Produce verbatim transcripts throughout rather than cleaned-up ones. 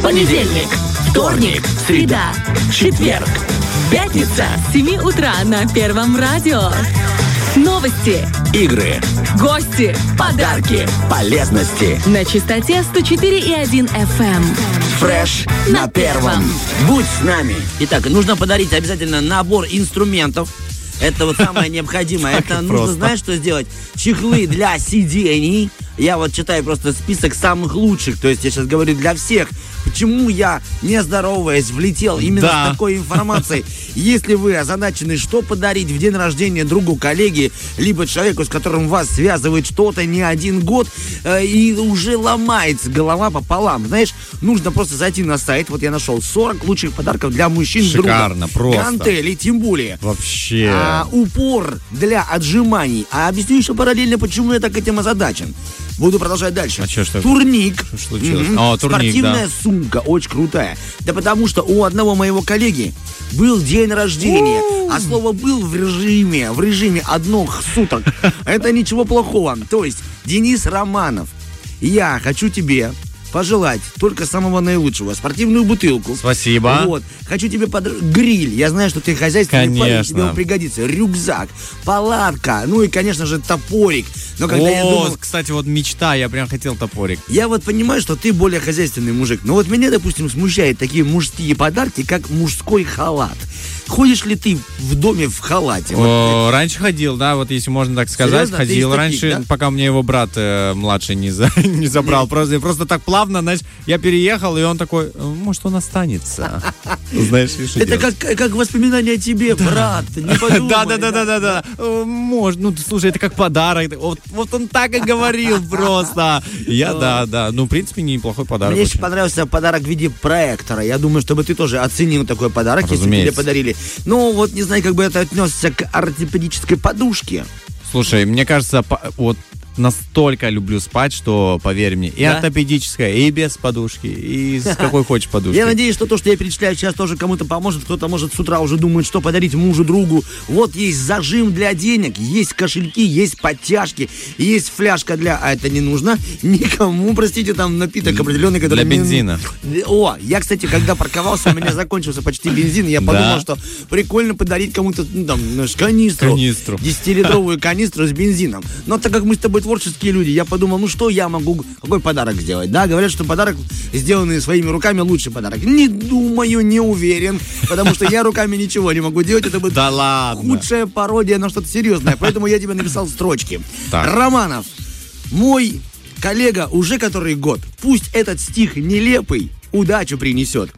Понедельник, вторник, среда, четверг, пятница с семи утра на Первом радио. Новости, игры, гости, подарки, полезности. На частоте сто четыре и один эф эм. Фреш на Первом. Будь с нами. Итак, нужно подарить обязательно набор инструментов. Это вот самое необходимое. Это нужно, знаешь, что сделать? Чехлы для сидений. Я вот читаю просто список самых лучших. То есть я сейчас говорю для всех. Почему я, не здороваясь, влетел именно да. с такой информацией? Если вы озадачены, что подарить в день рождения другу, коллеге, либо человеку, с которым вас связывает что-то не один год, э, и уже ломается голова пополам. Знаешь, нужно просто зайти на сайт. Вот я нашел сорок лучших подарков для мужчин. Шикарно, друга. просто. Гантели, тем более. Вообще. А, упор для отжиманий. А объясню еще параллельно, почему я так этим озадачен. Буду продолжать дальше. А что, что? Турник. Что случилось? Mm-hmm. О, турник, Спортивная да. сумка, очень крутая. Да потому что у одного моего коллеги был день рождения. У-у-у. А слово «был» в режиме, в режиме одних суток. Это ничего плохого. То есть, Денис Романов, я хочу тебе пожелать только самого наилучшего. Спортивную бутылку. Спасибо. Вот. Хочу тебе под... гриль. Я знаю, что ты хозяйственный парень, тебе он пригодится. Рюкзак, палатка, ну и, конечно же, топорик. Но когда О, я думал... кстати, вот мечта, я прям хотел топорик. Я вот понимаю, что ты более хозяйственный мужик. Но вот меня, допустим, смущают такие мужские подарки, как мужской халат. Ходишь ли ты в доме в халате? О, вот, раньше ходил, да, вот если можно так сказать. Серьезно? Ходил раньше, таких, да? Пока мне его брат э, младший не, за, не забрал. Просто, просто так плавно, знаешь, я переехал, и он такой, может, он останется. Знаешь, это как, как воспоминание о тебе, брат, не подумай. Да-да-да-да-да. Может, ну, слушай, это как подарок. Вот, вот он так и говорил просто. Я, да, да. Ну, в принципе, неплохой подарок. Мне еще понравился подарок в виде проектора. Я думаю, чтобы ты тоже оценил такой подарок, если тебе подарили. Ну, вот не знаю, как бы это отнесся к ортопедической подушке. Слушай, мне кажется, вот настолько люблю спать, что, поверь мне, и да? ортопедическая, и без подушки, и с какой хочешь подушки. Я надеюсь, что то, что я перечисляю сейчас, тоже кому-то поможет. Кто-то, может, с утра уже думает, что подарить мужу, другу. Вот есть зажим для денег, есть кошельки, есть подтяжки, есть фляжка для... А это не нужно никому, простите, там напиток определенный, который... Для бензина. О, я, кстати, когда парковался, у меня закончился почти бензин, и я подумал, что прикольно подарить кому-то, ну, там, канистру. Канистру. десятилитровую канистру с бензином. Но так как мы с тобой творческие люди, я подумал, ну что я могу, какой подарок сделать? Да, говорят, что подарок, сделанный своими руками, лучший подарок. Не думаю, не уверен, потому что я руками ничего не могу делать. Это будет да ладно. худшая пародия на что-то серьезное. Поэтому я тебе написал строчки. Так. Романов, мой коллега уже который год, пусть этот стих нелепый удачу принесет.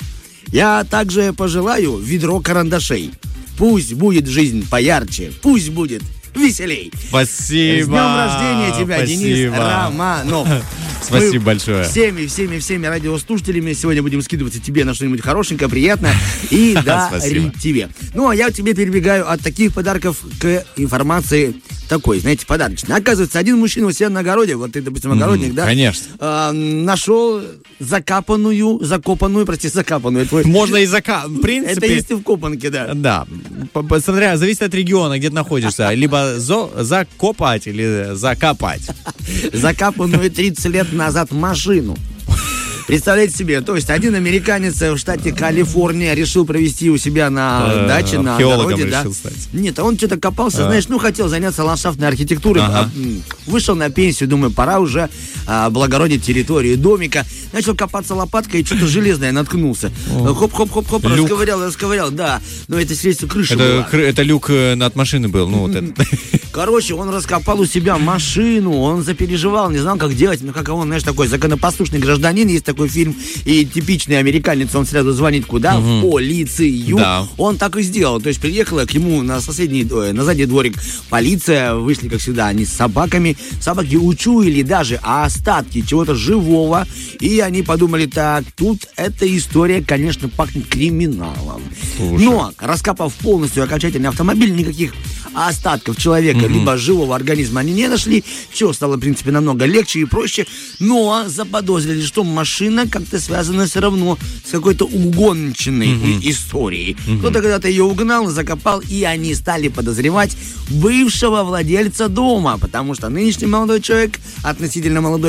Я также пожелаю ведро карандашей. Пусть будет жизнь поярче, пусть будет веселей. Спасибо. С днем рождения тебя, Спасибо. Денис Романов. Спасибо Мы большое. Всеми, всеми, всеми радиослушателями сегодня будем скидываться тебе на что-нибудь хорошенькое, приятное и дарить тебе. Ну, а я тебе перебегаю от таких подарков к информации такой, знаете, подарочной. Оказывается, один мужчина у себя на огороде, вот ты, допустим, огородник, mm-hmm, да? Конечно. Э, нашел закапанную, закопанную, прости, закапанную. Твой... Можно и закапать, в принципе. Это если в копанке, да. Да. Смотря, зависит от региона, где ты находишься. Либо зо, закопать или закопать. Закапанную тридцать лет назад машину. Представляете себе, то есть один американец в штате Калифорния решил провести у себя на даче, на огороде, да? Стать. Нет, он что-то копался, а. знаешь, ну, хотел заняться ландшафтной архитектурой, ага. Вышел на пенсию, думаю, пора уже а, облагородить территорию домика. Начал копаться лопаткой, и что-то железное наткнулся. Хоп-хоп-хоп-хоп, расковырял, расковырял, да. Но это средство крыши это, было. Это люк над машиной был, ну, вот это. Короче, он раскопал у себя машину, он запереживал, не знал, как делать, ну, как он, знаешь, такой законопослушный гражданин, есть такой фильм, и типичный американец, он сразу звонит куда? Угу. В полицию. Да. Он так и сделал, то есть приехала к нему на соседний, на задний дворик полиция, вышли, как всегда, они с собаками, собаки учуяли даже остатки чего-то живого, и они подумали, так, тут эта история, конечно, пахнет криминалом. Слушай. Но, раскопав полностью окончательный автомобиль, никаких остатков человека, mm-hmm. либо живого организма они не нашли, что стало, в принципе, намного легче и проще, но заподозрили, что машина как-то связана все равно с какой-то угонченной mm-hmm. историей. Mm-hmm. Кто-то когда-то ее угнал, закопал, и они стали подозревать бывшего владельца дома, потому что нынешний молодой человек, относительно молодой,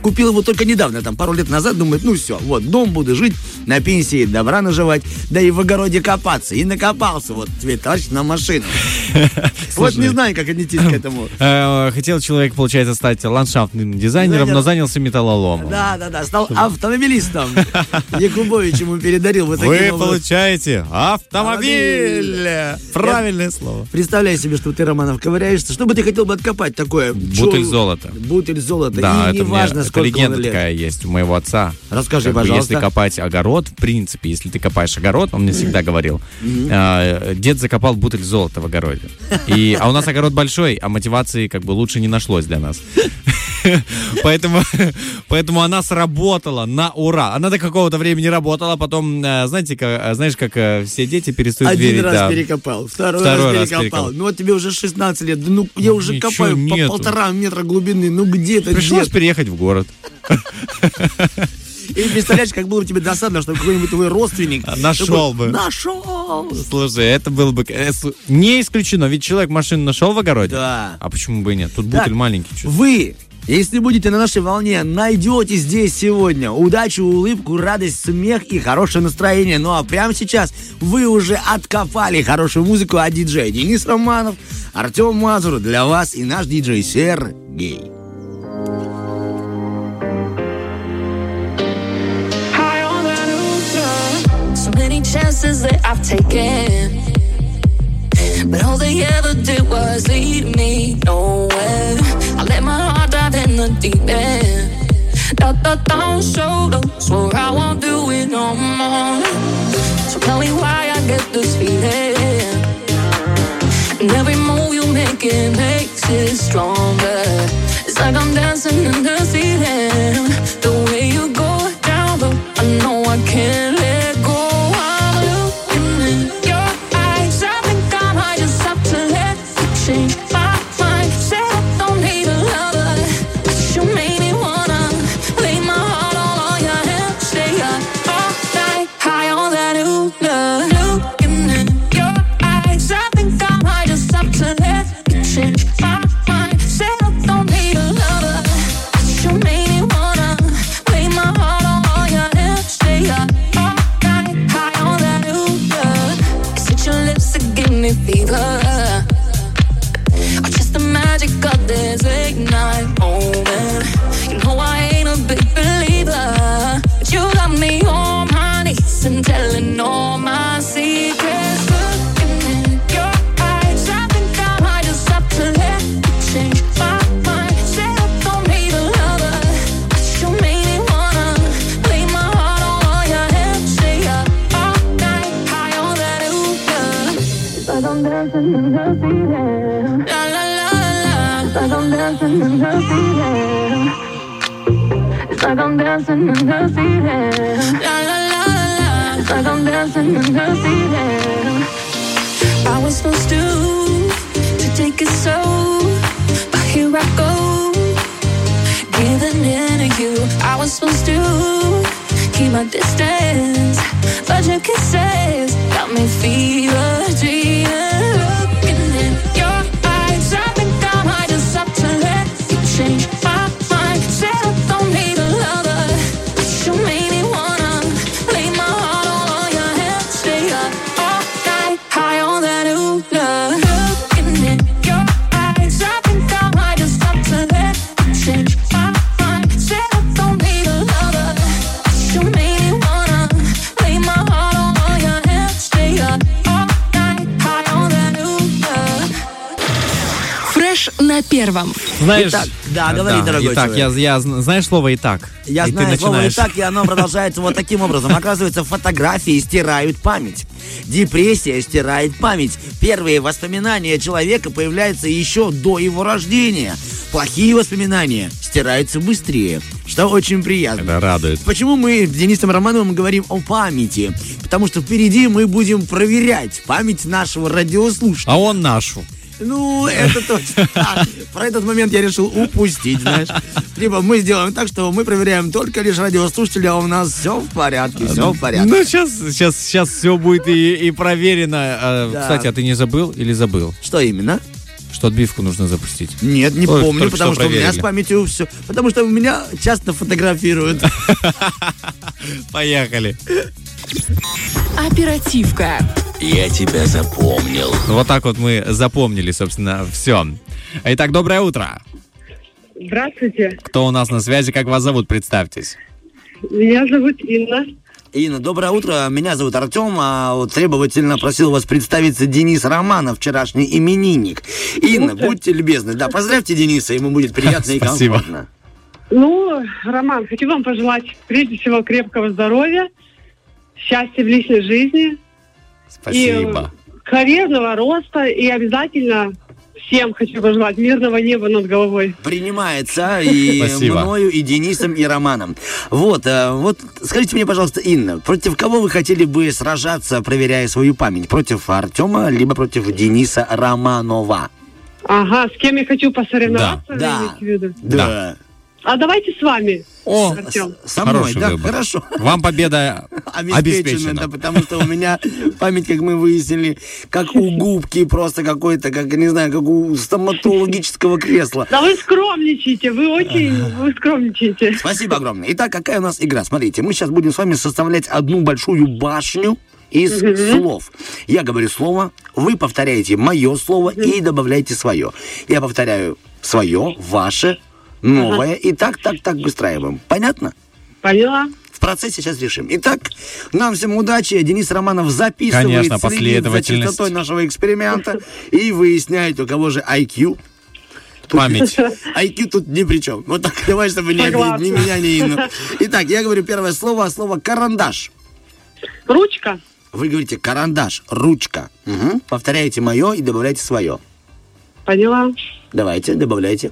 купил его только недавно, там, пару лет назад, думает, ну все, вот, дом буду жить, на пенсии добра наживать, да и в огороде копаться. И накопался, вот, тебе, товарищ, на машину. Вот не знаю, как отнестись к этому. Хотел человек, получается, стать ландшафтным дизайнером, но занялся металлоломом. Да, да, да, стал автомобилистом. Якубович ему передарил вот Вы таким образом. получаете автомобиль. Правильное слово. Представляю себе, что ты, Романов, ковыряешься. Что бы ты хотел бы откопать такое? Бутыль золота. Бутыль золота. Да, и это, неважно, мне, сколько это легенда лет. такая есть у моего отца. Расскажи, как бы, пожалуйста. если копать огород, в принципе, если ты копаешь огород, он мне всегда говорил, э, дед закопал бутыль золота в огороде. И, а у нас огород большой, а мотивации как бы лучше не нашлось для нас. Поэтому, поэтому она сработала на ура. Она до какого-то времени работала, потом, знаете, как, знаешь, как все дети перестают Один верить. раз да. перекопал, второй, Второй раз, раз перекопал. перекопал. Ну вот тебе уже шестнадцать лет, ну я уже Ничего копаю нету. по полтора метра глубины, ну где-то Пришлось где-то. переехать в город. И представляешь, как было бы тебе досадно, что какой-нибудь твой родственник... Нашел чтобы- бы. Нашел! Слушай, это было бы... э, слу- Не исключено, ведь человек машину нашел в огороде. Да. А почему бы и нет? Тут Так, бутыль маленький. чё. Вы, если будете на нашей волне, найдете здесь сегодня удачу, улыбку, радость, смех и хорошее настроение. Ну а прямо сейчас вы уже откопали хорошую музыку от диджея Денис Романов, Артем Мазур для вас и наш диджей Сергей. So many chances that I've taken, but all they ever did was lead me nowhere. I let my heart dive in the deep end. Da da down solo, swore I won't do it no more. So tell me why I get this feeling, and every move you make it makes it stronger. It's like I'm dancing in the ceiling. The way you go down low, I know I can't let go. I'm looking in your eyes. I think I might just have to let you change my mind. Said I don't need a lover, but you made me wanna lay my heart all on your hands. Stay up all night, high on that new love. Looking in your eyes. I think I might just have to let you change my mind. Said I don't need a lover, but you made me wanna lay my heart all on your hands. Stay up all night, high on that new love. Is it your lips that give me fever, or just the magic of this late night moment? You know I ain't a big believer, but you got me on my knees and telling all my secrets. Looking in your eyes, I think I might just have to let you change my mind. Said I don't need a lover, but you made me wanna lay my heart all on your hands. Stay up all night, high on that new love. It's like I'm dancing in the ceiling. La la la la. It's like I'm dancing in the ceiling. It's like I'm dancing in the ceiling. La la la la. It's like I'm dancing in the ceiling. I was supposed to to take it slow, but here I go, giving in to you. I was supposed to keep my distance, but your kisses got me fever dreaming. Looking in your eyes, I think I might just have to let you change my mind. Said I don't need a lover, but you made me wanna lay my heart all on your hands. Stay up all night, high on that new love. Looking in your eyes, I think I might just have to let you change my mind. Said I don't need a lover, but you made me wanna lay my heart all on your hands. Stay up all night, high on that new love. Фреш на первом. Знаешь, Итак, да, говори, дорогой Итак, я, человек. я, зн- знаешь слово «итак»? Я И знаю ты слово начинаешь... «итак», и оно продолжается вот таким образом. Оказывается, фотографии стирают память. Депрессия стирает память. Первые воспоминания человека появляются еще до его рождения. Плохие воспоминания стираются быстрее, что очень приятно. Это радует. Почему мы с Денисом Романовым говорим о памяти? Потому что впереди мы будем проверять память нашего радиослушателя. А он нашу. Ну, это точно. Так. Про этот момент я решил упустить, знаешь. Либо мы сделаем так, что мы проверяем только лишь радиослушателя, а у нас все в порядке, все в порядке. Ну, сейчас, сейчас, сейчас все будет и, и проверено. А, Да. Кстати, а ты не забыл или забыл? Что именно? Что отбивку нужно запустить? Нет, не Ой, помню, потому что, что у меня с памятью все. Потому что меня часто фотографируют. Поехали. Оперативка. Я тебя запомнил. Вот так вот мы запомнили, собственно, все. Итак, доброе утро. Здравствуйте. Кто у нас на связи? Как вас зовут? Представьтесь. Меня зовут Инна. Инна, доброе утро. Меня зовут Артем, а вот требовательно просил вас представиться Денис Романов, вчерашний именинник. Инна, будьте любезны. Да, поздравьте Дениса, ему будет приятно и комфортно. Ну, Роман, хочу вам пожелать прежде всего крепкого здоровья, счастья в личной жизни. Спасибо. И карьерного роста, и обязательно всем хочу пожелать мирного неба над головой. Принимается и Спасибо. Мною, и Денисом, и Романом. Вот, вот, скажите мне, пожалуйста, Инна, против кого вы хотели бы сражаться, проверяя свою память? Против Артема, либо против Дениса Романова? Ага, с кем я хочу посоревноваться? Да, да, да. А давайте с вами. О, Артем. Со мной, да, выбор. Хорошо. Вам победа обеспечена. обеспечена. Да, потому что у меня память, как мы выяснили, как у губки, просто какой-то, как, не знаю, как у стоматологического кресла. Да вы скромничаете, вы очень, вы скромничаете. Спасибо огромное. Итак, какая у нас игра? Смотрите, мы сейчас будем с вами составлять одну большую башню из угу. слов. Я говорю слово, вы повторяете мое слово угу. и добавляете свое. Я повторяю свое, ваше, новое. Ага. И так, так, так выстраиваем. Понятно? Поняла. В процессе сейчас решим. Итак, нам всем удачи. Денис Романов записывает, Конечно, следит за частотой нашего эксперимента и выясняет, у кого же ай кью. Тут, память. ай кью тут ни при чем. Вот так, давай, чтобы ни, ни меня, ни Инну. Итак, я говорю первое слово, слово карандаш. Ручка. Вы говорите карандаш, ручка. Угу. Повторяете мое и добавляете свое. Поняла. Давайте, добавляйте.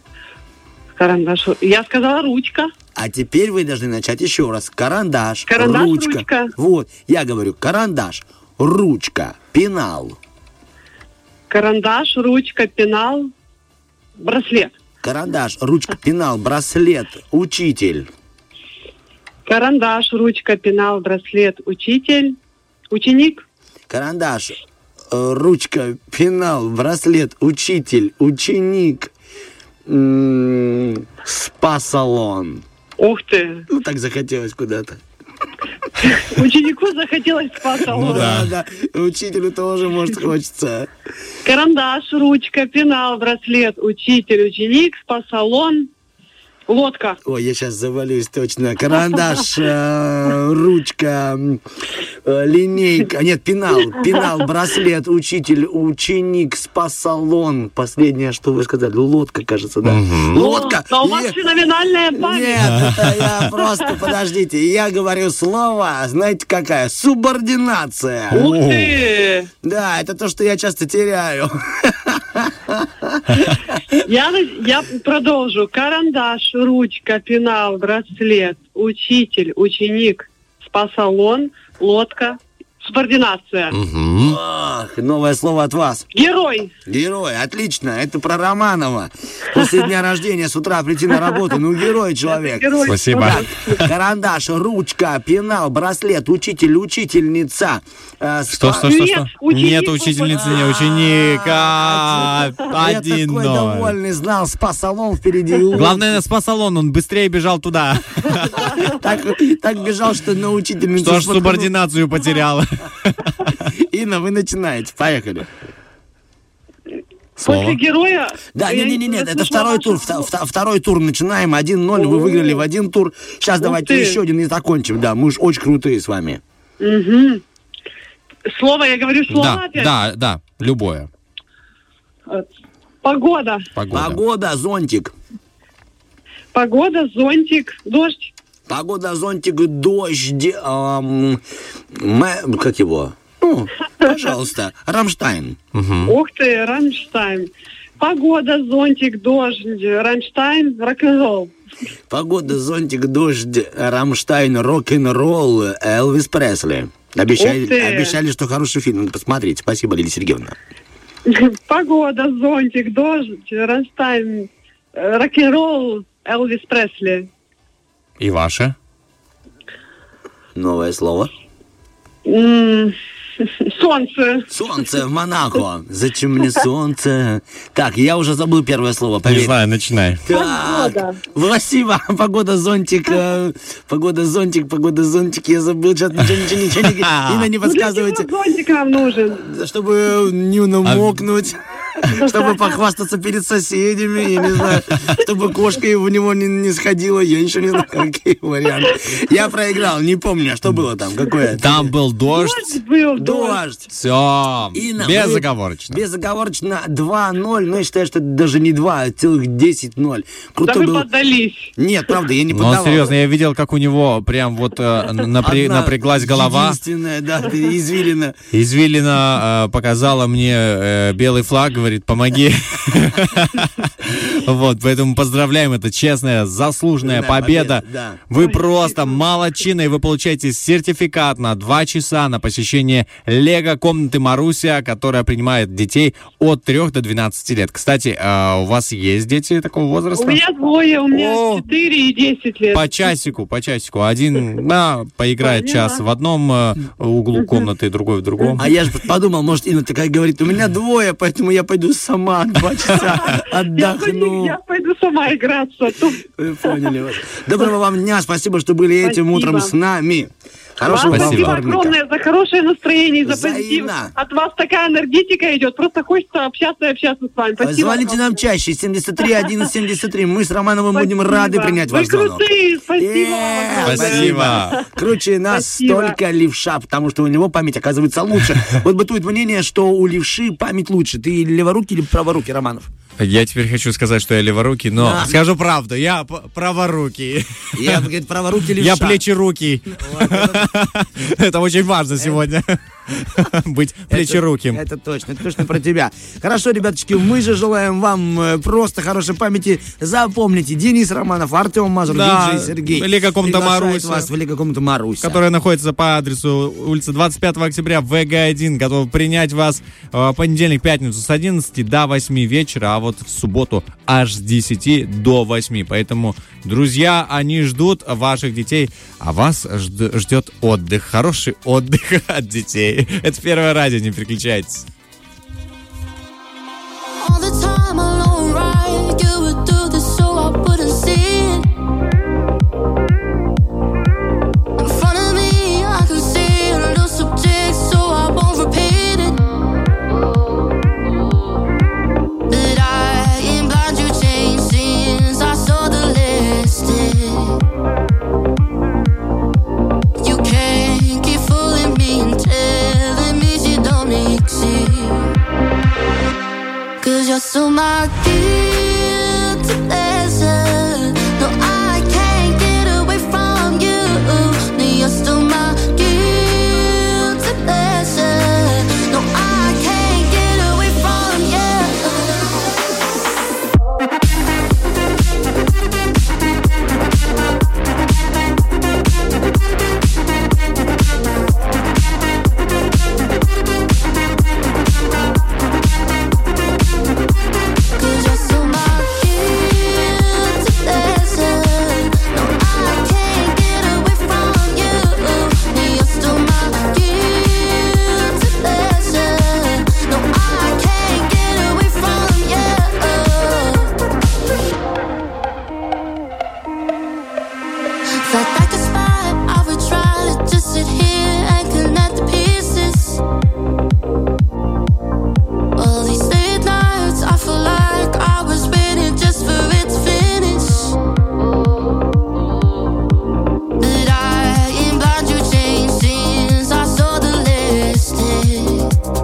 Карандаш. Я сказала ручка. А теперь вы должны начать еще раз. Карандаш, карандаш ручка. ручка. Вот, я говорю карандаш, ручка, пенал. Карандаш, ручка, пенал, браслет. Карандаш, ручка, пенал, браслет, учитель. Карандаш, ручка, пенал, браслет, учитель, ученик. Карандаш, ручка, пенал, браслет, учитель, ученик. М-м, спа-салон. Ух ты. Ну, так захотелось куда-то. Ученику захотелось спа-салон. Ну да, да. Учителю тоже, может, хочется. Карандаш, ручка, пенал, браслет, учитель, ученик, спа-салон, лодка. Ой, я сейчас завалюсь точно. Карандаш, э, ручка, э, линейка. Нет, пенал. Пенал, браслет, учитель, ученик, спа-салон. Последнее, что вы сказали. Лодка, кажется, да? Угу. Лодка. Но у вас феноменальная память. Нет, это я просто, подождите. Я говорю слово, знаете, какая? Субординация. Ух ты! Да, это то, что я часто теряю. Я, я продолжу. Карандаш, ручка, пенал, браслет, учитель, ученик, спа-салон, лодка, субординация. Угу. Ах, новое слово от вас. Герой. Герой, отлично. Это про Романова. После дня рождения с утра прийти на работу. Ну, герой человек. Герой. Спасибо. Так, карандаш, ручка, пенал, браслет, учитель, учительница. Э, что, спа... что, что, Нет, что? ученик. Нет учительницы, не ученик. А, Я один такой ноль. довольный, знал спа-салон впереди. Главное, спа-салон, он быстрее бежал туда. Так, так бежал, что на учительницу... Что аж субординацию потерял. Инна, вы начинаете. Поехали. Слово. После героя... Да, я не-не-не, не это слышала второй тур. ваше вта- слово. вта- Второй тур начинаем. один ноль. Вы выиграли в один тур. Сейчас давайте ты. еще один и закончим. Да, мы же очень крутые с вами. Мгм. Слово, я говорю слово Да, опять? да, да, любое. Погода. Погода. Погода, зонтик. Погода, зонтик, дождь. Погода, зонтик, дождь. эм, мэ- как его? Ну, пожалуйста, Рамштайн. Мгм. Ух ты, Рамштайн. Погода, зонтик, дождь, Рамштайн, рок-н-ролл. Погода, зонтик, дождь, Рамштайн, рок-н-ролл, Элвис Пресли. Обещали, Ух ты. обещали, что хороший фильм. Надо посмотреть. Спасибо, Лилия Сергеевна. Погода, зонтик, дождь, Рамштайн, э, рок-н-ролл, Элвис Пресли. И ваше? Новое слово. М, солнце. Солнце в Монако. Зачем мне солнце? Так, я уже забыл первое слово. Поверь. Не знаю, начинай. Так, Погода. спасибо. Погода, зонтик. э, Погода, зонтик, погода, зонтик. Я забыл, что-то ничего, ничего, ничего не... Инна, не Ну, для подсказывайте. чего зонтик нам нужен? Чтобы не намокнуть. Чтобы похвастаться перед соседями, я не знаю, чтобы кошка в него не, не сходила, я ничего не знаю, какие варианты. Я проиграл, не помню, что было там, какое. Там был дождь. Дождь был, дождь. Дождь. Все. Инна, Безоговорочно. вы- Безоговорочно два ноль, но я считаю, что это даже не два, а целых десять ноль. Да Круто вы было. поддались. Нет, правда, я не Ну, поддавал. серьезно, я видел, как у него прям вот э, напря- Одна напряглась голова. единственная, да, ты извилина. Извилина э, показала мне э, белый флаг, говорит, помоги. Вот, поэтому поздравляем, это честная, заслуженная Да, победа. победа, да. Вы просто молодчина, и вы получаете сертификат на два часа на посещение Лего-комнаты Маруся, которая принимает детей от трех до двенадцати лет. Кстати, э, у вас есть дети такого возраста? У меня двое, у меня О. четыре и десять лет. По часику, по часику. Один, да, поиграет Поняла. час в одном э, углу комнаты, другой в другом. А я же подумал, может, Инна такая говорит, у меня двое, поэтому я пойду сама два часа Я пойду, отдохну. я пойду сама играться. Тут Вы поняли вас. Доброго вам дня, спасибо, что были этим Спасибо. утром с нами. Хорошего вам вам Спасибо. спасибо вторника. огромное за хорошее настроение и за позитив. Взаимно. От вас такая энергетика идет. Просто хочется общаться и общаться с вами. Спасибо. Звоните нам чаще, семьдесят три одиннадцать семьдесят три. Мы с Романовым будем Спасибо. рады принять Вы ваш звонок. крутые, спасибо Э, вам огромное. Спасибо. Круче нас Спасибо. только левша, потому что у него память оказывается лучше. Вот бытует мнение, что у левши память лучше. Ты леворукий или праворукий, Романов? Я теперь хочу сказать, что я леворукий, но Да. скажу правду, я п- праворукий. Я, говорит, праворукий левша. Я плечерукий. Это очень важно сегодня. Быть плечеруким. Это точно, это точно про тебя. Хорошо, ребяточки, мы же желаем вам э, просто хорошей памяти. Запомните, Денис Романов, Артем Мазур, Да, диджей Сергей. Лего-комната приглашает Маруся. вас в Лего-комнату Маруся. Которая находится по адресу улица двадцать пятого октября, вэ гэ один. Готов принять вас э, понедельник, пятницу с одиннадцати до восьми вечера, а вот в субботу аж с десяти до восьми. Поэтому, друзья, они ждут ваших детей, а вас жд- ждет отдых. Хороший отдых от детей. Это Первое радио, не переключайтесь. All the time alone, right? You would do this so I wouldn't see it. In front of me, I can see a little subject, so I won't repeat it. But I ain't blind, you changed since I saw the listing. You can't keep fooling me and telling me she don't exist. Cause you're so my guilty pleasure. No, I can't get away from you. No, you're still my guilty pleasure. No, I can't get away from you. Cause you're so my guilty pleasure. No, I can't get away from you. You're still my guilty pleasure. No, I can't get away from you. Felt like a spot I would try to just sit here and connect the pieces. All these late nights, I feel like I was waiting just for it to finish. But I ain't blind, you changed since I saw the listing.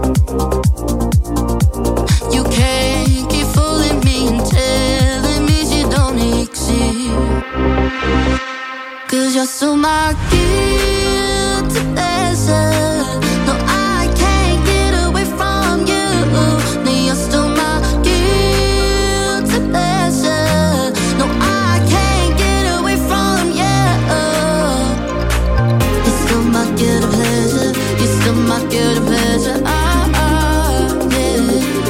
You can't keep fooling me and telling me she don't exist. Cause you're so my guilty pleasure. No, I can't get away from you. No, you're still my guilty pleasure. No, I can't get away from you. You're still my guilty pleasure. You're still my guilty pleasure. Ah, ah, yeah.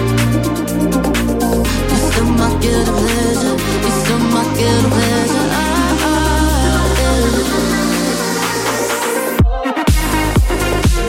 You're still my guilty pleasure. You're still my guilty pleasure. Ah, ah, yeah.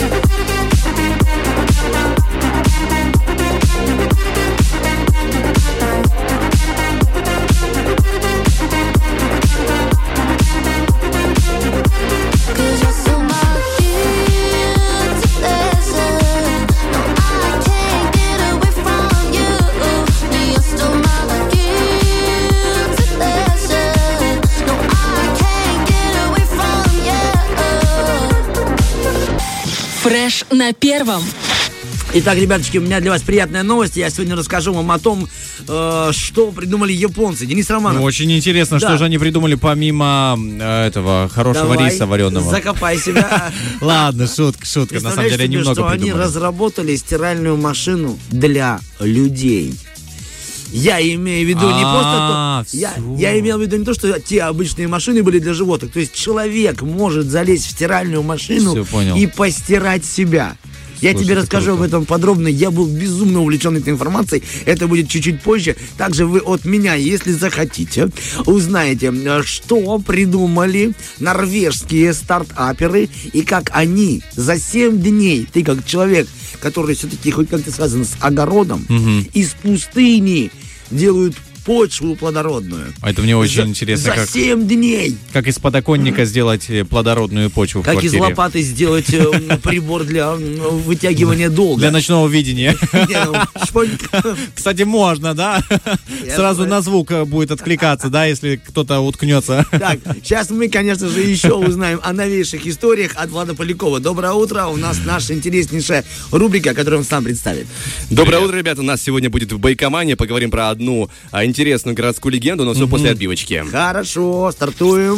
Фреш на первом. Итак, ребяточки, у меня для вас приятная новость. Я сегодня расскажу вам о том, э, что придумали японцы. Денис Романов. Очень интересно, да. Что же они придумали помимо э, этого хорошего Давай, риса вареного. Закопай себя. Ладно, шутка, шутка. На самом деле немного что придумали. Они разработали стиральную машину для людей. Я имею в виду не просто то, я, я имел в виду не то, что те обычные машины были для животных. То есть человек может залезть в стиральную машину и постирать себя. Я Слушай, тебе расскажу круто. об этом подробно. Я был безумно увлечен этой информацией. Это будет чуть-чуть позже. Также вы от меня, если захотите, узнаете, что придумали норвежские стартаперы и как они за семь дней, ты как человек, который все-таки хоть как-то связан с огородом, угу. из пустыни делают почву плодородную. Это мне очень за, интересно. За как, семь дней. Как из подоконника mm-hmm. сделать плодородную почву как в квартире. Как из лопаты сделать прибор для вытягивания долга. Для ночного видения. Кстати, можно, да? Сразу на звук будет откликаться, да, если кто-то уткнется. Так, сейчас мы, конечно же, еще узнаем о новейших историях от Влада Полякова. Доброе утро. У нас наша интереснейшая рубрика, которую он сам представит. Доброе утро, ребята. У нас сегодня будет в Байкомане. Поговорим про одну интересную городскую легенду, но все mm-hmm. после отбивочки. Хорошо, стартуем.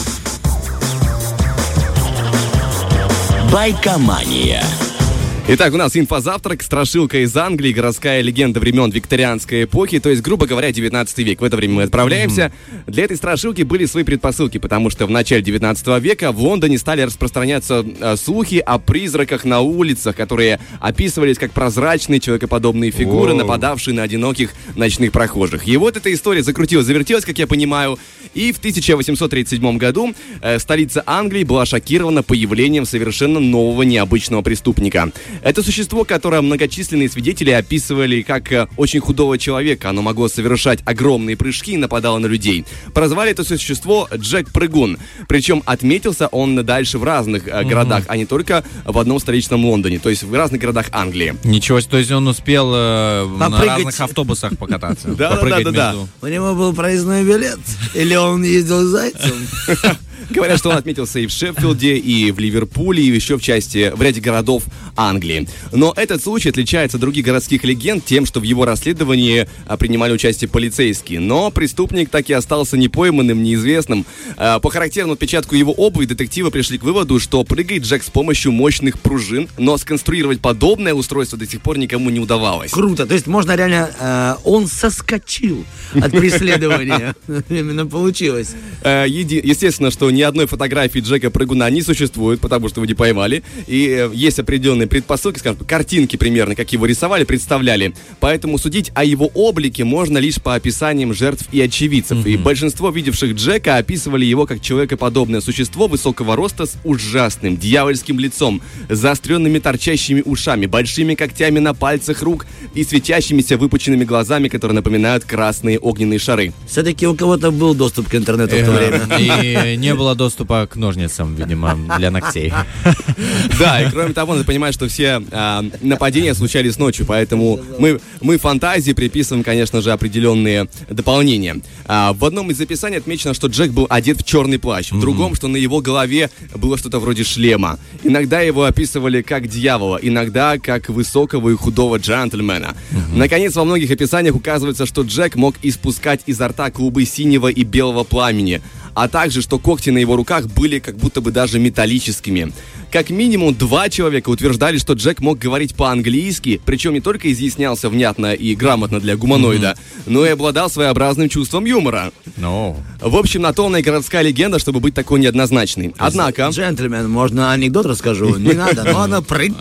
Байкомания. Итак, у нас инфозавтрак, страшилка из Англии, городская легенда времен викторианской эпохи, то есть, грубо говоря, девятнадцатый век. В это время мы отправляемся. Mm-hmm. Для этой страшилки были свои предпосылки, потому что в начале девятнадцатого века в Лондоне стали распространяться э, слухи о призраках на улицах, которые описывались как прозрачные человекоподобные фигуры, oh. нападавшие на одиноких ночных прохожих. И вот эта история закрутилась, завертелась, как я понимаю, и в тысяча восемьсот тридцать седьмом году э, столица Англии была шокирована появлением совершенно нового необычного преступника. Это существо, которое многочисленные свидетели описывали как э, очень худого человека. Оно могло совершать огромные прыжки и нападало на людей. Прозвали это существо Джек Прыгун. Причем отметился он дальше в разных э, городах, mm-hmm. а не только в одном столичном Лондоне. То есть в разных городах Англии. Ничего себе, то есть он успел э, на разных автобусах покататься. Да-да-да. У него был проездной билет? Или он ездил зайцем? Говорят, что он отметился и в Шеффилде, и в Ливерпуле, и еще в части, в ряде городов Англии. Но этот случай отличается от других городских легенд тем, что в его расследовании а, принимали участие полицейские. Но преступник так и остался непойманным, неизвестным. А, по характерному отпечатку его обуви детективы пришли к выводу, что прыгает Джек с помощью мощных пружин, но сконструировать подобное устройство до сих пор никому не удавалось. Круто, то есть можно реально... Э, он соскочил от преследования. Именно получилось. Естественно, что ни одной фотографии Джека Прыгуна не существует, потому что вы не поймали. И э, есть определенные предпосылки, скажем, картинки примерно, как его рисовали, представляли. Поэтому судить о его облике можно лишь по описаниям жертв и очевидцев. Mm-hmm. И большинство видевших Джека описывали его как человекоподобное существо высокого роста с ужасным дьявольским лицом, заостренными торчащими ушами, большими когтями на пальцах рук и светящимися выпученными глазами, которые напоминают красные огненные шары. Все-таки у кого-то был доступ к интернету в то время. И не было доступа к ножницам, видимо, для ногтей. Да, и кроме того, надо понимать, что все э, нападения случались ночью, поэтому мы, мы фантазии приписываем, конечно же, определенные дополнения. А, в одном из описаний отмечено, что Джек был одет в черный плащ, в другом, что на его голове было что-то вроде шлема. Иногда его описывали как дьявола, иногда как высокого и худого джентльмена. Наконец, во многих описаниях указывается, что Джек мог испускать изо рта клубы синего и белого пламени, а также, что когти на его руках были как будто бы даже металлическими. Как минимум два человека утверждали, что Джек мог говорить по-английски, причем не только изъяснялся внятно и грамотно для гуманоида, mm-hmm. но и обладал своеобразным чувством юмора. No. В общем, на то она и городская легенда, чтобы быть такой неоднозначной. Однако... Джентльмен, можно анекдот расскажу? Не надо, но она прыг.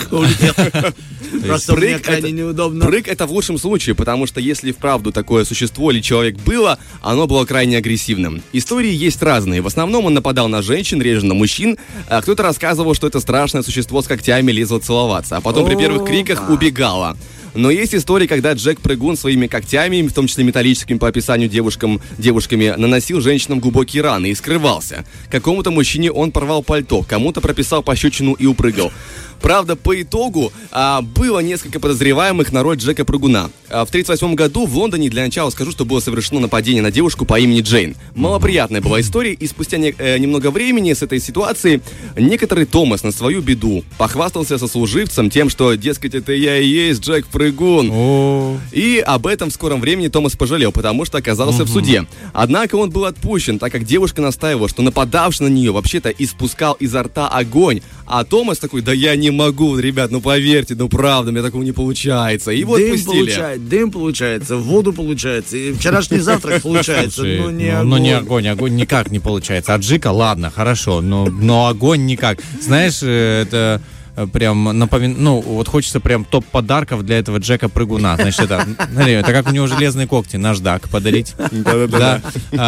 Просто мне крайне неудобно. Прыг — это в лучшем случае, потому что если вправду такое существо или человек было, оно было крайне агрессивным. Истории есть разные. В основном он нападал на женщин, реже на мужчин. А кто-то рассказывал, что это страшное существо с когтями лезло целоваться, а потом при первых криках убегало. Но есть истории, когда Джек Прыгун своими когтями, в том числе металлическими по описанию девушкам, девушками, наносил женщинам глубокие раны и скрывался. Какому-то мужчине он порвал пальто, кому-то прописал пощечину и упрыгал. Правда, по итогу а, было несколько подозреваемых на роль Джека Прыгуна. А, в тридцать восьмом году в Лондоне, для начала скажу, что было совершено нападение на девушку по имени Джейн. Малоприятная была история, и спустя не, э, немного времени с этой ситуации некоторый Томас, на свою беду похвастался сослуживцем тем, что, дескать, это я и есть Джек Прыгун. О. И об этом в скором времени Томас пожалел, потому что оказался в суде. Однако он был отпущен, так как девушка настаивала, что нападавший на нее вообще-то испускал изо рта огонь. А Томас такой: да я не могу, ребят, ну поверьте, ну правда, мне такого не получается. И вот дым пустили. Получает, дым получается, воду получается, и вчерашний завтрак получается, Слушай, но не ну, огонь. Ну не огонь, огонь никак не получается. Аджика, ладно, хорошо, но, но огонь никак. Знаешь, это... Прям напомин... Ну, вот хочется прям топ подарков для этого Джека Прыгуна. Значит, это, это как у него железные когти, наждак подарить. Да.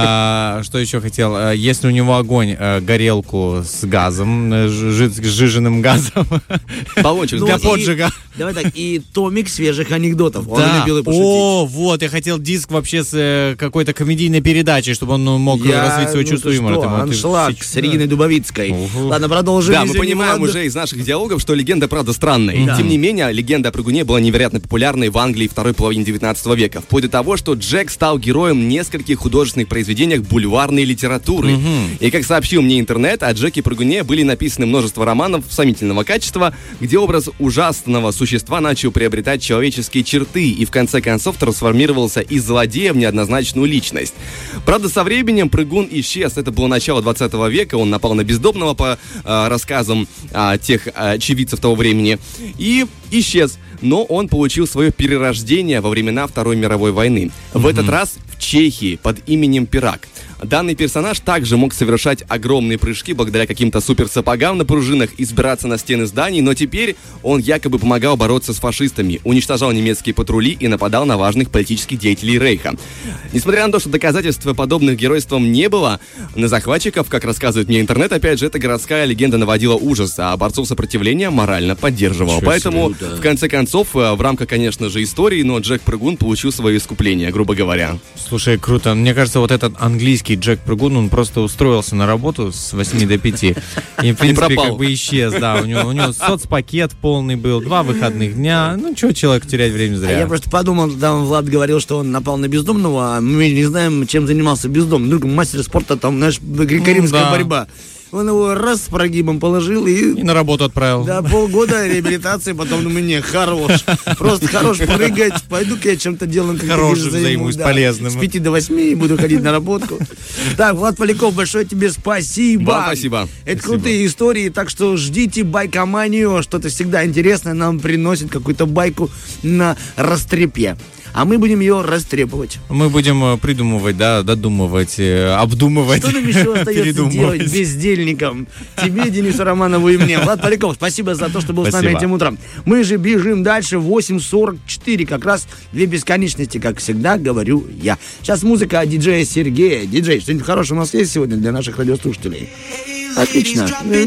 А, что еще хотел? Если у него огонь, горелку с газом, с жиженным газом. Баллончик для поджига. Давай так, и томик свежих анекдотов. Он Да. любил и пошутить. О, вот, я хотел диск вообще с э, какой-то комедийной передачей, чтобы он ну, мог Я, развить свое ну, чувство ты юмора. что, Там, вот, аншлаг ты- с Ириной Дубовицкой. Угу. Ладно, продолжим. Да, мы Извини, понимаем ладно. уже из наших диалогов, что легенда, правда, странная. Да. Тем не менее, легенда о прыгуне была невероятно популярной в Англии второй половине девятнадцатого века. Вплоть до того, что Джек стал героем нескольких художественных произведениях бульварной литературы. И, как сообщил мне интернет, о Джеке Прыгуне были написаны множество романов сомнительного качества, где образ ужасного существа начал приобретать человеческие черты и, в конце концов, трансформировался из злодея в неоднозначную личность. Правда, со временем Прыгун исчез. Это было начало двадцатого века. Он напал на бездомного, по э, рассказам э, тех э, очевидцев того времени, и исчез. Но он получил свое перерождение во времена Второй мировой войны. В этот раз в Чехии под именем Пирак. Данный персонаж также мог совершать огромные прыжки благодаря каким-то суперсапогам на пружинах и сбираться на стены зданий, но теперь он якобы помогал бороться с фашистами, уничтожал немецкие патрули и нападал на важных политических деятелей Рейха. Несмотря на то, что доказательств подобных геройствам не было, на захватчиков, как рассказывает мне интернет, опять же, эта городская легенда наводила ужас, а борцов сопротивления морально поддерживала. Ничего Поэтому, себе, да. в конце концов, в рамках, конечно же, истории, но Джек Прыгун получил свое искупление, грубо говоря. Слушай, круто. Мне кажется, вот этот английский Джек Прыгун, он просто устроился на работу с восьми до пяти. И, в принципе, пропал. как бы исчез, да. У него, у него соцпакет полный был, два выходных дня. Ну, что человек терять время А зря. я просто подумал, там Влад говорил, что он напал на бездомного, а мы не знаем, чем занимался бездомный. Вдруг мастер спорта, там, знаешь, греко-римская Ну, да. борьба. Он его раз с прогибом положил и... И на работу отправил. Да, полгода реабилитации, потом думаю, не, хорош. Просто хорош прыгать. Пойду-ка я чем-то делом как-то Хорошим займусь, займусь, да. полезным. С пяти до восьми и буду ходить на работу. Так, Влад Поляков, большое тебе спасибо. Вам спасибо. Это крутые истории, так что ждите байкоманию. Что-то всегда интересное нам приносит какую-то байку на растрепе. А мы будем ее растрепывать. Мы будем э, придумывать, да, додумывать, э, обдумывать, Что нам еще остается передумывать. делать бездельникам? Тебе, Денису Романову и мне. Влад Поляков, спасибо за то, что был с нами Спасибо. этим утром. Мы же бежим дальше. восемь сорок четыре. Как раз две бесконечности, как всегда говорю я. Сейчас музыка от диджея Сергея. Диджей, что-нибудь хорошее у нас есть сегодня для наших радиослушателей? Отлично.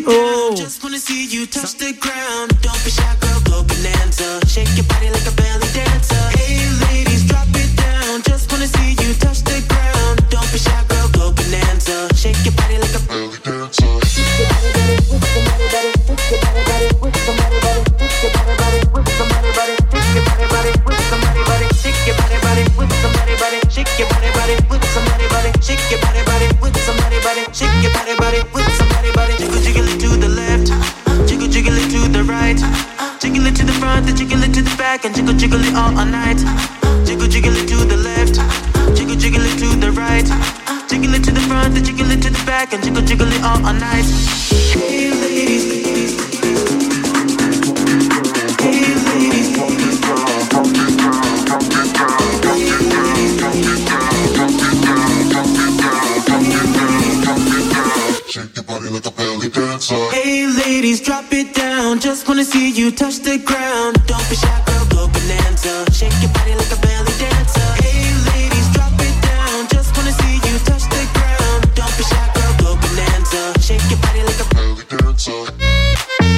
О, Just wanna see you touch the ground. Don't be shy, girl, go bonanza. Shake your body like a belly dancer. Hey, ladies, drop it down. Just wanna see you touch the ground. Don't be shy, girl, go bonanza. Shake your body like a belly dancer. Jiggle, jiggle it to the left, jiggle, jiggle it to the right, jiggle it to the front, then jiggle it to the back, and jiggle, jiggle it all, all night. Jiggle, jiggle it to the left, jiggle, jiggle it to the right, jiggle it to the front, then jiggle it to the back, and jiggle, jiggle it all, all night. Hey ladies, hey ladies. Hey ladies, drop it down. Just wanna see you touch the ground. Don't be shy, girl, go bonanza. Shake your body like a belly dancer. Hey ladies, drop it down. Just wanna see you touch the ground. Don't be shy, girl, go bonanza. Shake your body like a belly dancer.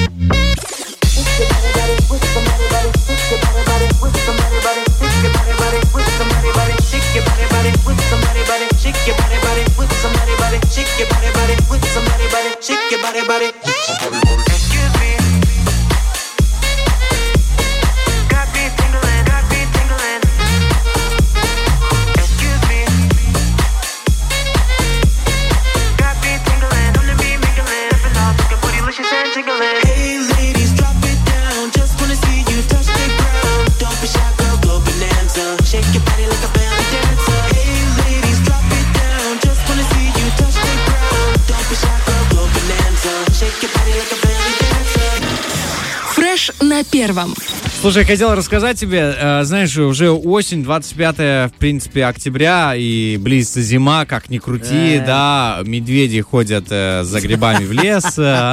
Shake your body, body. Excuse me. Got me tingling, got me tingling. Excuse me. Got me tingling, come to me mingling. Up and off, looking bootylicious and jiggling. like a belly dancer. Фреш на первом. Слушай, я хотел рассказать тебе, э, знаешь, уже осень, двадцать пятое, в принципе, октября, и близится зима, как ни крути, Э. да, медведи ходят э, за грибами в лес, э,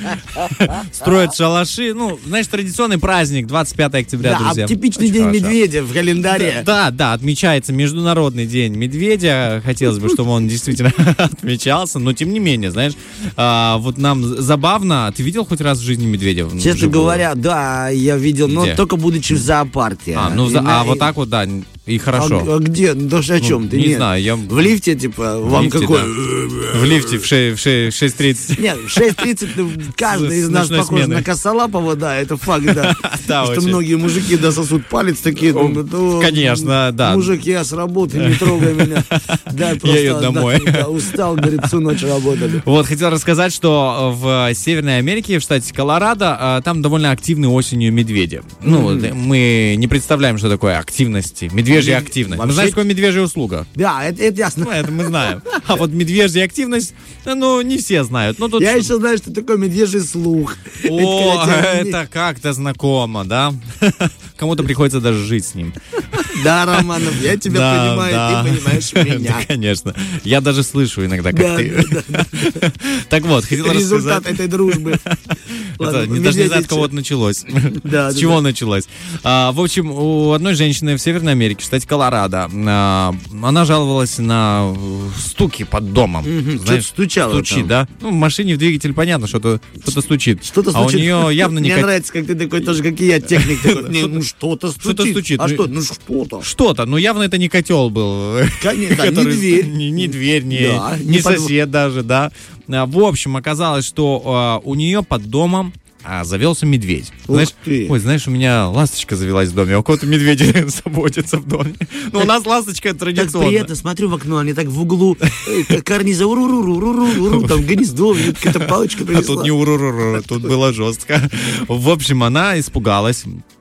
строят шалаши, ну, знаешь, традиционный праздник, двадцать пятое октября, Да, друзья. а типичный Очень день хорошо. медведя в календаре. Да, да, отмечается Международный день медведя. Хотелось бы, чтобы он действительно отмечался, но тем не менее, знаешь, а, вот нам забавно. Ты видел хоть раз в жизни медведя? Честно вживую? говоря, да, я видел, но Где? только будучи в зоопарке. А, ну, И за- на- а вот так вот, да, и хорошо. А, а где? Ну, то, что о чем Ну, ты? не Нет. знаю, я- В лифте, типа, В вам лифте, какой? да. В лифте в шесть тридцать. Нет, в шесть тридцать ну, каждый С из нас ночной похож смены. на Косолапова, да, это факт, да. Да, Что очень. многие мужики дососут палец такие, думают, «О, Конечно, да. мужик, я с работы, не трогай меня. Да, просто еду домой. отдохну, да, устал, говорит, всю ночь работали. Вот, хотел рассказать, что в Северной Америке, в штате Колорадо, а, там довольно активны осенью медведи. Ну, д- мы не представляем, что такое активности. Медвежья активность. Мы Вообще- знаем, что такое медвежья услуга. Да, это, это ясно. Ну, это мы знаем. А вот медвежья активность, ну, не все знают. Ну, тут... Я еще знаю, что такое медвежий слух. О, когда тебя- это как-то знакомо, да? Кому-то приходится даже жить с ним. Да, Романов, я тебя Да, понимаю, да. ты понимаешь меня. Да, конечно. Я даже слышу иногда, как Да, ты. да, Так вот, хотел Результат рассказать... этой дружбы. Ладно, Это, не, даже не знаю, с медведицы. кого это началось. Да, С да, чего да. началось. А, в общем, у одной женщины в Северной Америке, в штате Колорадо, а, она жаловалась на э, стуки под домом. Мгм, Знаешь, что-то стучало Стучит, там. да? Ну, в машине, в двигатель, понятно, что-то что-то стучит. Что-то А у стучит. нее явно не Мне кат- нравится, как ты такой тоже, как и я, техник. такой. Не, ну что-то стучит. Что-то стучит. А Ну, что? Ну что-то. Что-то, но явно это не котел был. Конечно, да, не который- дверь. Не, не дверь, не, Да, не не подв- сосед даже, да. А, В общем, оказалось, что а, у нее под домом а, завелся медведь. Ух Знаешь, ты. ой, знаешь, у меня ласточка завелась в доме, а у кого-то медведи заботятся в доме. Ну, у нас ласточка Так традиционная. приятно, смотрю в окно, они так в углу, э, к- карниза, уру-ру-ру-ру-ру-ру, там гнездо, видит, какая-то палочка А принесла. тут не уруруру, тут было жестко. В общем, она испугалась.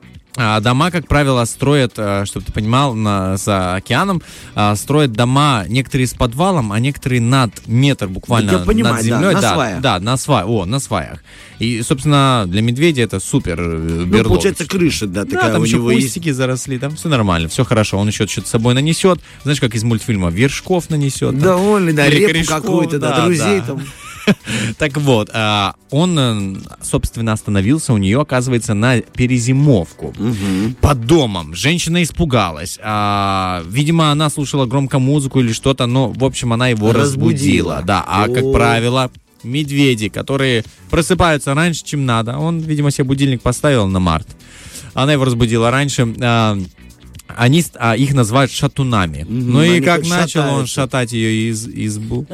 А дома, как правило, строят, чтобы ты понимал, на, за океаном, а, строят дома некоторые с подвалом, а некоторые над метр буквально Я понимаю, над да, землей. на да, сваях. Да, на сваях. О, на сваях. И, собственно, для медведя это супер э, Ну, берлога. получается, крыша, да, Да, такая там у еще него есть. кустики заросли, там все нормально, все хорошо. Он еще что-то с собой нанесет. Знаешь, как из мультфильма, вершков нанесет. там. Довольный, да, Или репу корешков, какую-то, да, да, друзей да. там. Так вот, а, он, э, собственно, остановился у нее, оказывается, на перезимовку. Под домом. Женщина испугалась. А, видимо, она слушала громко музыку или что-то, но, в общем, она его разбудила. Разбудила. Да, а, как О. правило, медведи, которые просыпаются раньше, чем надо. Он, видимо, себе будильник поставил на март. Она его разбудила раньше. а, Они, ст- а, их называют шатунами. Ну и они как хоть начал он шатаются. шатать ее из избу.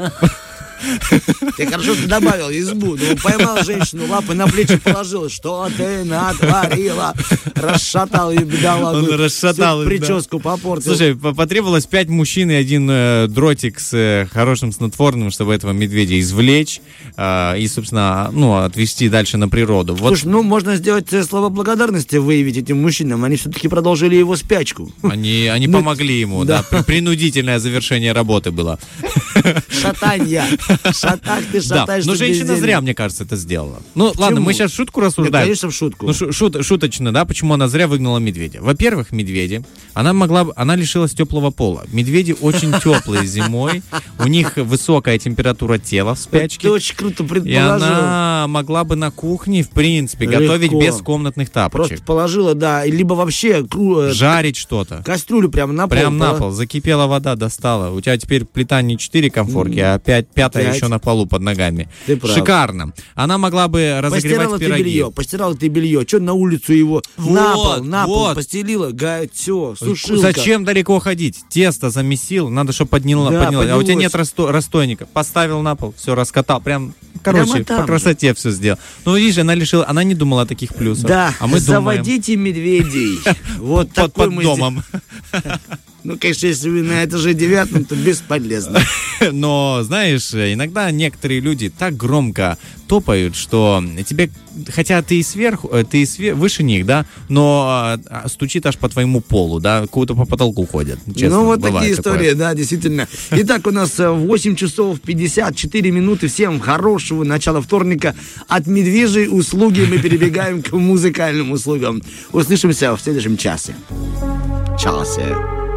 Ты хорошо ты добавил избу, ну, поймал женщину, лапы на плечи положил, что ты натворила, расшатал и дала, Он ну, расшатал, всю да. прическу попортил. Слушай, по- потребовалось пять мужчин и один э, дротик с э, хорошим снотворным, чтобы этого медведя извлечь э, и, собственно, ну, отвезти дальше на природу. Вот Слушай, ну можно сделать э, слова благодарности, выявить этим мужчинам, они все-таки продолжили его спячку. они, они Ну, помогли ему, да. да. при- принудительное завершение работы было. Шатанья, шатак ты Да, шатаешь. но тут женщина весь день. зря, мне кажется, это сделала. Ну, ладно, мы сейчас шутку Да, рассуждаем. конечно, в шутку. Ну, шу- шут- шуточно, да, почему она зря выгнала медведя. Во-первых, медведи, она могла бы, она лишилась теплого пола. Медведи очень теплые зимой, у них высокая температура тела в спячке. Ты очень круто И предположил. она могла бы на кухне, в принципе, Легко. готовить без комнатных тапочек. Просто положила, да, либо вообще кру- э, Жарить что-то. кастрюлю прямо на пол. Прям на пола- пол. Закипела вода, достала. У тебя теперь плита не четыре комфорки, а пять, пятая Пять. еще на полу под ногами. Ты прав. Шикарно. Она могла бы разогревать Постирала ты пироги. белье, постирала ты белье. Что на улицу его на Вот, пол, на пол вот. постелила, все, сушилка. Зачем далеко ходить? Тесто замесил, надо, чтобы подняло, Да, поднялось. А у тебя поднялось. нет расто- расстойника. Поставил на пол, все, раскатал. Прям, короче, Прямо там по же. красоте все сделал. Ну, видишь, она лишила, она не думала о таких плюсах. Да, а мы думаем. заводите медведей. Вот Под, такой под мы домом. Ну, конечно, если вы на этаже девятом, то бесполезно. Но, знаешь, иногда некоторые люди так громко топают, что тебе, хотя ты и сверху, ты и свер, выше них, да, но стучит аж по твоему полу, да, куда-то по потолку ходят. Честно, ну, вот такие такое. истории, да, действительно. Итак, у нас восемь часов пятьдесят четыре минуты. Всем хорошего начала вторника. От медвежьей услуги мы перебегаем к музыкальным услугам. Услышимся в следующем часе. Часе.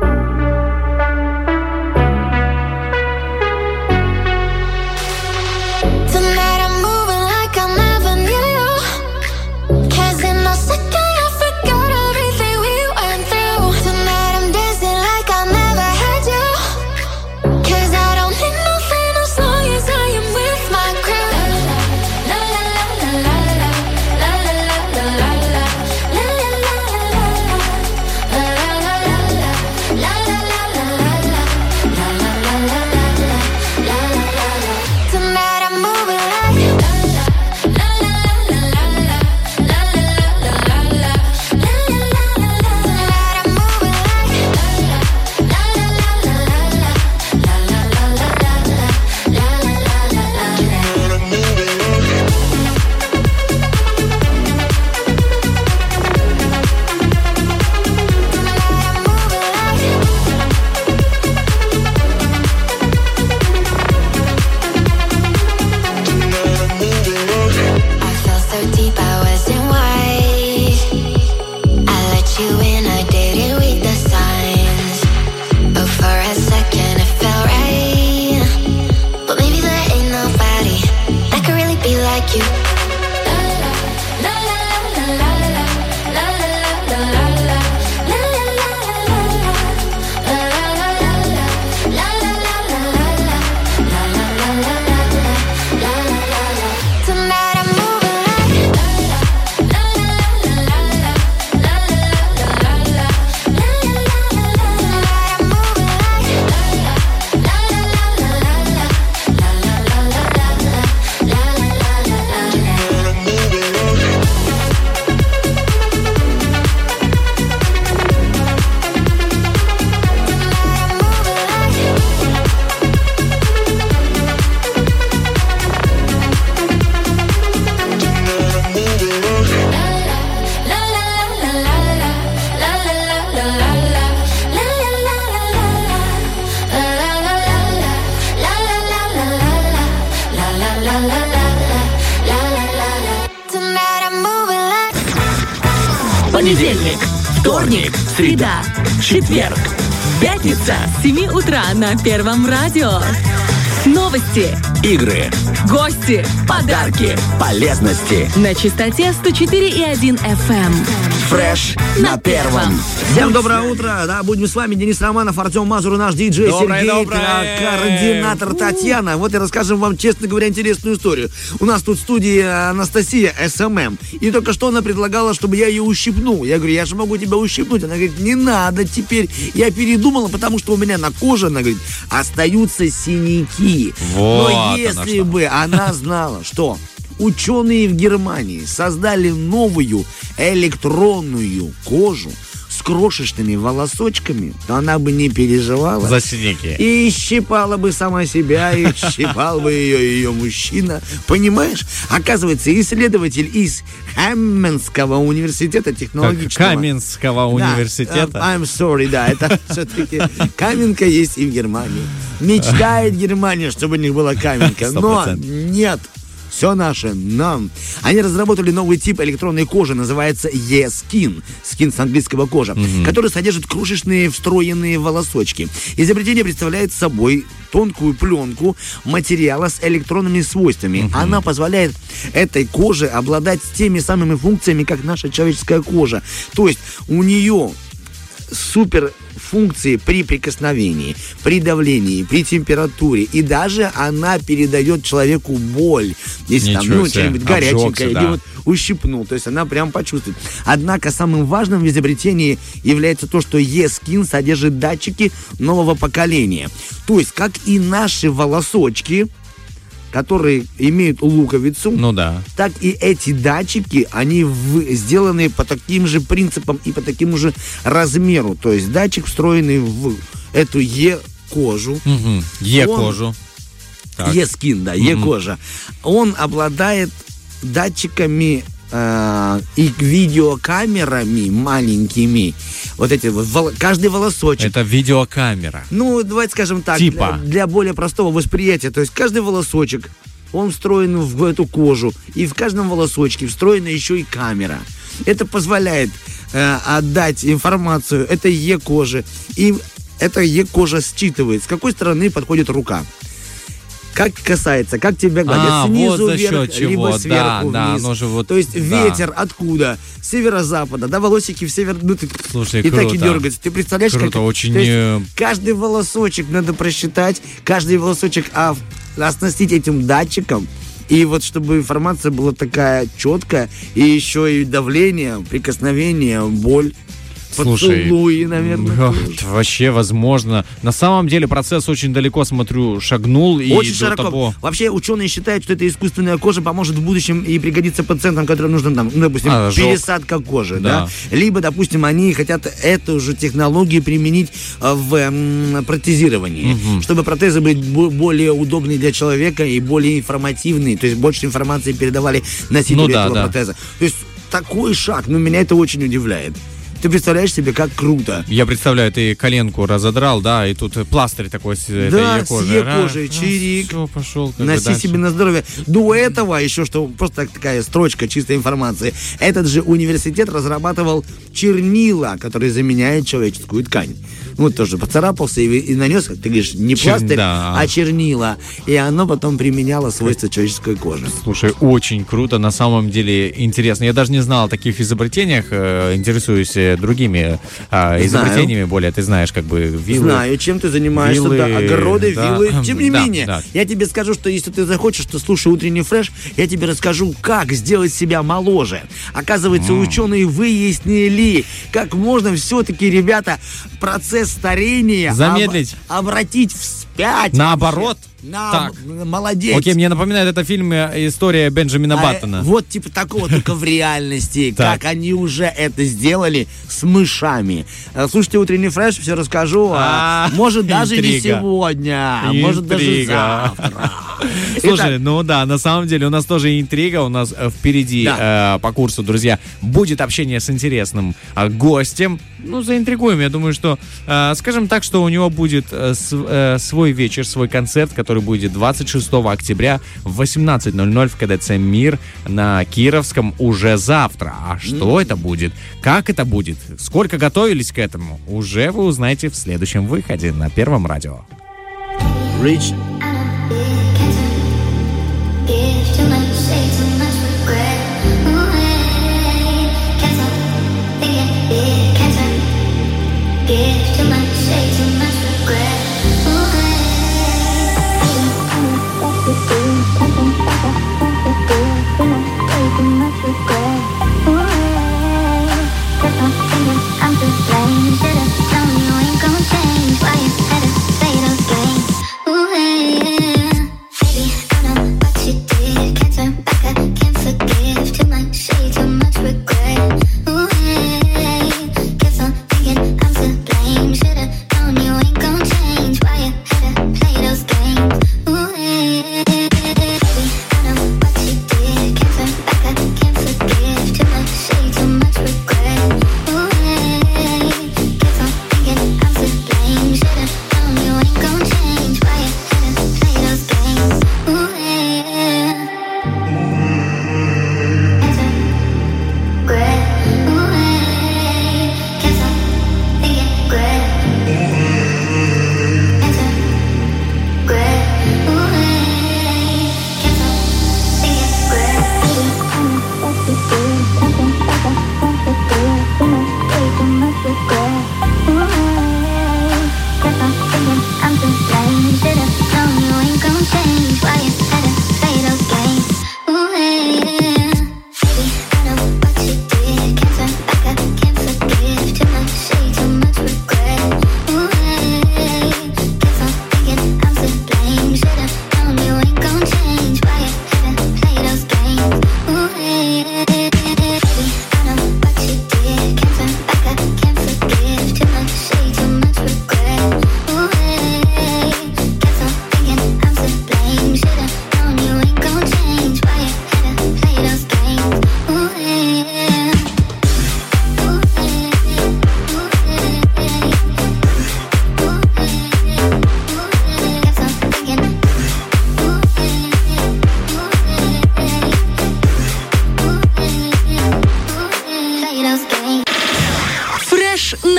Понедельник, вторник, среда, четверг, пятница с семи утра на Первом радио. Новости, игры, гости, подарки, полезности. На частоте сто четыре и один эф эм. Фреш на первом. Всем доброе утро. Да, будем с вами. Денис Романов, Артем Мазур, наш диджей, доброе, Сергей, доброе. координатор Татьяна. Вот и расскажем вам, честно говоря, интересную историю. У нас тут в студии Анастасия, эс эм эм. И только что она предлагала, чтобы я ее ущипнул. Я говорю, я же могу тебя ущипнуть. Она говорит, не надо теперь. Я передумала, потому что у меня на коже, она говорит, остаются синяки. Вот. Но если бы она знала, что ученые в Германии создали новую электронную кожу с крошечными волосочками, то она бы не переживала. За синяки. И щипала бы сама себя, и щипал бы ее ее мужчина. Понимаешь? Оказывается, исследователь из Каменского университета технологического... Каменского университета? Да, I'm sorry, да, это все-таки Каменка есть и в Германии. Мечтает Германия, чтобы у них была Каменка, но нет. Все наше нам. Они разработали новый тип электронной кожи, называется E-Skin, скин с английского кожа, mm-hmm. который содержит крошечные встроенные волосочки. Изобретение представляет собой тонкую пленку материала с электронными свойствами. Mm-hmm. Она позволяет этой коже обладать теми самыми функциями, как наша человеческая кожа. То есть у нее супер функции при прикосновении, при давлении, при температуре. И даже она передает человеку боль. Если Ничего там ну, себе. что-нибудь горяченькое, Обжегся, или да. вот ущипнул. То есть она прям почувствует. Однако самым важным в изобретении является то, что E-Skin содержит датчики нового поколения. То есть, как и наши волосочки, которые имеют луковицу, Ну да. так и эти датчики, они в- сделаны по таким же принципам и по такому же размеру. То есть датчик встроенный в эту Е-кожу. Угу. Е-кожу. Так. Е-скин, да, Мгм. Е-кожа. Он обладает датчиками э, и видеокамерами маленькими. Вот эти вот, вол- каждый волосочек. Это видеокамера. Ну, давайте скажем так, Типа. для, для более простого восприятия. То есть каждый волосочек, он встроен в эту кожу. И в каждом волосочке встроена еще и камера. Это позволяет э, отдать информацию этой Е-кожи. И эта Е-кожа считывает, с какой стороны подходит рука. Как касается, как тебя гладят, А, снизу вот за вверх, счет чего, либо да, сверху да, вниз. оно же вот, То есть да. ветер откуда? С северо-запада, да, волосики в север... Ну, ты, Слушай, и так и круто. дергаются. Ты представляешь, Круто, как... очень, То есть э, каждый волосочек надо просчитать, каждый волосочек а, оснастить этим датчиком. И вот чтобы информация была такая четкая, и еще и давление, прикосновение, боль. Слушай, Поцелуи, наверное. ох, тоже. вообще возможно. На самом деле процесс очень далеко, смотрю, шагнул. И Очень до широко. того... Вообще ученые считают, что эта искусственная кожа поможет в будущем и пригодится пациентам, которым нужно, там, ну, допустим, А, ожог. пересадка кожи. Да. Да? Либо, допустим, они хотят эту же технологию применить э, в м, протезировании, Мгм. чтобы протезы были бо- более удобные для человека и более информативные, то есть больше информации передавали носителю Ну да, этого да. протеза. То есть такой шаг, ну, меня это очень удивляет. Ты представляешь себе, как круто. Я представляю, ты коленку разодрал, да, и тут пластырь такой с этой Да, с Е-кожи. Е-кожей, чирик. Все, пошел. как бы Носи дальше. себе на здоровье. До этого еще, что просто так- такая строчка чистой информации. Этот же университет разрабатывал чернила, которые заменяют человеческую ткань. Ну, тоже поцарапался и, и нанес, как ты говоришь, не Чер- пластырь, да. а чернила. И оно потом применяло свойства человеческой кожи. Слушай, очень круто, на самом деле интересно. Я даже не знал о таких изобретениях, э, интересуюсь э, другими э, изобретениями более. Ты знаешь, как бы виллы. Знаю, чем ты занимаешься, виллы, да, огороды, да. виллы. Тем не Да, менее, да. я тебе скажу, что если ты захочешь, то слушай утренний фреш, я тебе расскажу, как сделать себя моложе. Оказывается, ученые выяснили, как можно все-таки, ребята, процесс старения Замедлить. об- обратить вспять. Наоборот? вообще. На, Так. м- молодец. Окей, мне напоминает это фильм э, «История Бенджамина А, Баттона». э, Вот типа такого, только в реальности. Так. Как они уже это сделали с мышами. Э, Слушайте утренний фреш, все расскажу. а, А, Может, даже не интрига. сегодня, а может, даже Интрига. завтра. Слушай, Итак, ну да, на самом деле у нас тоже интрига, у нас э, впереди э, по курсу, друзья, будет общение с интересным э, гостем. Ну, заинтригуем, я думаю, что, э, скажем так, что у него будет э, с- э, свой вечер, свой концерт, который будет двадцать шестого октября в восемнадцать ноль ноль в КДЦ «Мир» на Кировском уже завтра. А что это будет? Как это будет? Сколько готовились к этому? Уже вы узнаете в следующем выходе на Первом радио. Rich. I'm to blame. Should've known you ain't gonna change. Why you had to say it again? Ooh, hey.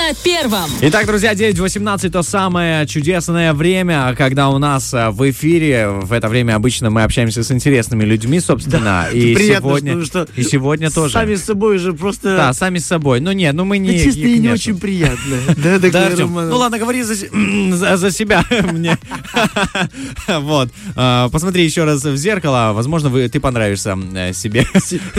на первом. Итак, друзья, девять восемнадцать то самое чудесное время, когда у нас в эфире, в это время обычно мы общаемся с интересными людьми, собственно, да, и, приятно, сегодня, что, и сегодня тоже. Сами с собой же просто... Да, сами с собой. Ну нет, ну мы не... Да чисто и не очень приятно. Да, да, Артем, ну ладно, говори за, за, за себя мне. Вот. Посмотри еще раз в зеркало, возможно, вы, ты понравишься себе.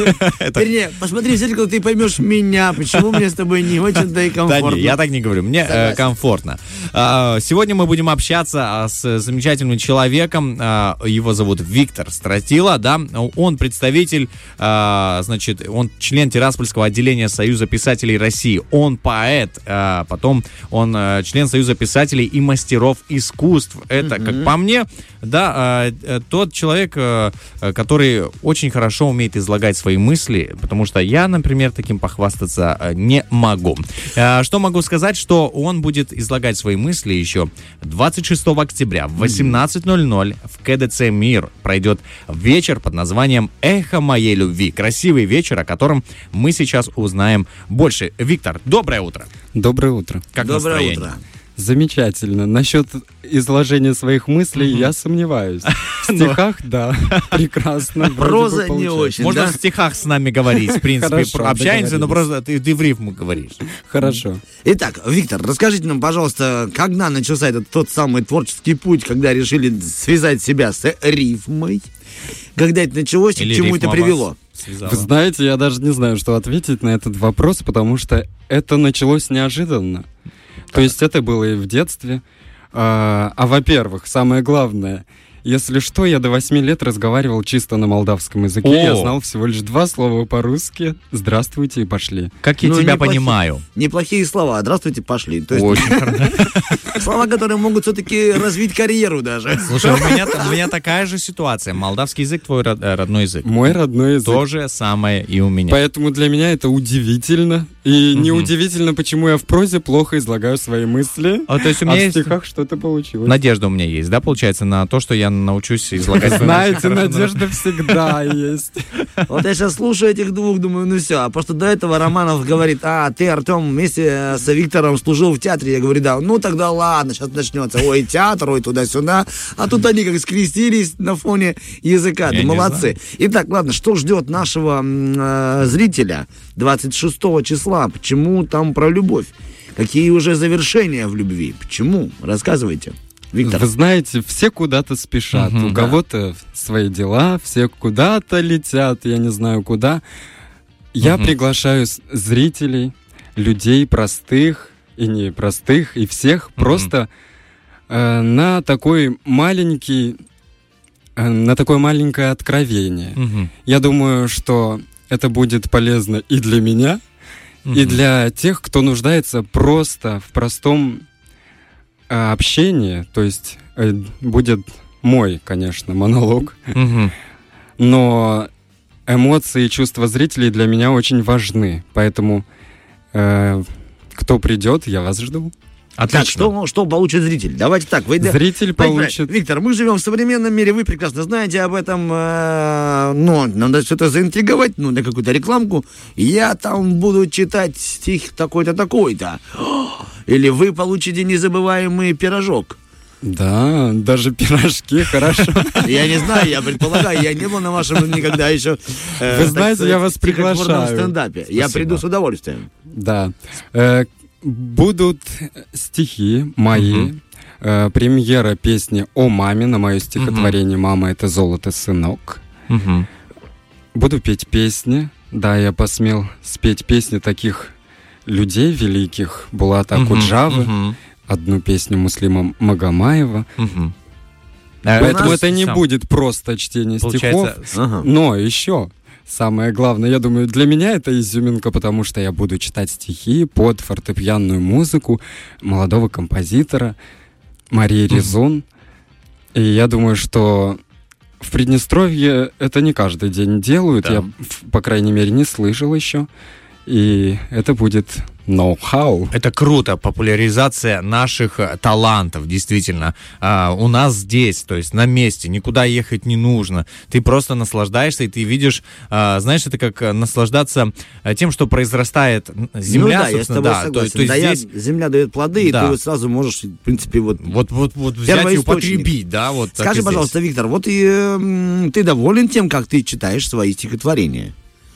Вернее, посмотри в зеркало, ты поймешь меня, почему мне с тобой не очень-то и комфортно. Да не, я так не говорю, мне э, комфортно. А, сегодня мы будем общаться с замечательным человеком, а, его зовут Виктор Стратила, да, он представитель, а, значит, он член Тираспольского отделения Союза писателей России, он поэт, а, потом он а, член Союза писателей и мастеров искусств. Это, mm-hmm. как по мне, да, а, тот человек, а, который очень хорошо умеет излагать свои мысли, потому что я, например, таким похвастаться а, не могу. А, что могу сказать, что он будет излагать свои мысли еще двадцать шестого октября в восемнадцать ноль ноль в КДЦ «Мир» пройдет вечер под названием «Эхо моей любви». Красивый вечер, о котором мы сейчас узнаем больше. Виктор, доброе утро. Доброе утро. Как доброе настроение? Утро. Замечательно. Насчет изложения своих мыслей mm-hmm. я сомневаюсь. В стихах, да, прекрасно. Проза не очень, Можно да? в стихах с нами говорить, в принципе. Общаемся, но просто ты, ты в рифму говоришь. Хорошо. Итак, Виктор, расскажите нам, пожалуйста, когда начался этот тот самый творческий путь, когда решили связать себя с рифмой? Когда это началось и к чему это привело? Вы знаете, я даже не знаю, что ответить на этот вопрос, потому что это началось неожиданно. То есть это было и в детстве. А, а во-первых, самое главное, если что, я до восьми лет разговаривал чисто на молдавском языке. О! Я знал всего лишь два слова по-русски. Здравствуйте и пошли. Как я ну, тебя неплохи... понимаю. Неплохие слова. Здравствуйте, пошли. То есть... Очень хорошо. Слова, которые могут все-таки развить карьеру даже. Слушай, у меня, у меня такая же ситуация. Молдавский язык твой родной язык. Мой родной язык. То же самое и у меня. Поэтому для меня это удивительно. И угу. неудивительно, почему я в прозе плохо излагаю свои мысли. А, то есть у меня а есть... в стихах что-то получилось. Надежда у меня есть, да, получается, на то, что я научусь излагать свои мысли. Знаете, надежда всегда есть. Вот я сейчас слушаю этих двух, думаю, ну все. А просто до этого Романов говорит: а, ты, Артем, вместе с Виктором служил в театре. Я говорю: да, ну тогда ладно, сейчас начнется. Ой, театр, ой, туда-сюда. А тут они как скрестились на фоне языка. Да молодцы. Итак, ладно, что ждет нашего э, зрителя двадцать шестого числа? Почему там про любовь? Какие уже завершения в любви? Почему? Рассказывайте. Виктор. Вы знаете, все куда-то спешат. Угу, У да. кого-то свои дела, все куда-то летят, я не знаю куда. Я угу. приглашаю зрителей, людей простых и непростых, и всех угу. просто э, на такой маленький, э, на такое маленькое откровение. Угу. Я думаю, что это будет полезно и для меня, угу. и для тех, кто нуждается просто в простом общение, то есть э, будет мой, конечно, монолог, угу. но эмоции и чувства зрителей для меня очень важны, поэтому э, кто придет, я вас жду. Отлично. Так, что, что получит зритель? Давайте так. Вы... Зритель получит... Виктор, мы живем в современном мире, вы прекрасно знаете об этом, э, но надо что-то заинтриговать, ну, на какую-то рекламку. Я там буду читать стих такой-то, такой-то. Или вы получите незабываемый пирожок. Да, даже пирожки, хорошо. Я не знаю, я предполагаю, я не был на вашем никогда еще... Вы знаете, я вас приглашаю. стендапе. Я приду с удовольствием. Да. Будут стихи мои, угу. э, премьера песни о маме на мое стихотворение «Мама — это золото, сынок». Угу. Буду петь песни. Да, я посмел спеть песни таких людей великих. Булата угу. Акуджавы, угу. одну песню Муслима Магомаева. Угу. Поэтому это не сам... будет просто чтение Получается... стихов, ага. но еще... Самое главное, я думаю, для меня это изюминка, потому что я буду читать стихи под фортепианную музыку молодого композитора Марии Резун. И я думаю, что в Приднестровье это не каждый день делают. Да. Я, по крайней мере, не слышал еще. и это будет ноу-хау. Это круто, популяризация наших талантов, действительно. А, у нас здесь, то есть на месте, никуда ехать не нужно. Ты просто наслаждаешься, и ты видишь, а, знаешь, это как наслаждаться тем, что произрастает земля, ну, да, собственно. Я с тобой да, согласен. То, то есть да, здесь... Земля дает плоды, да. и ты вот сразу можешь, в принципе, вот... Вот, вот, вот взять и употребить, да, вот. Скажи, пожалуйста, Виктор, вот и, э, ты доволен тем, как ты читаешь свои стихотворения?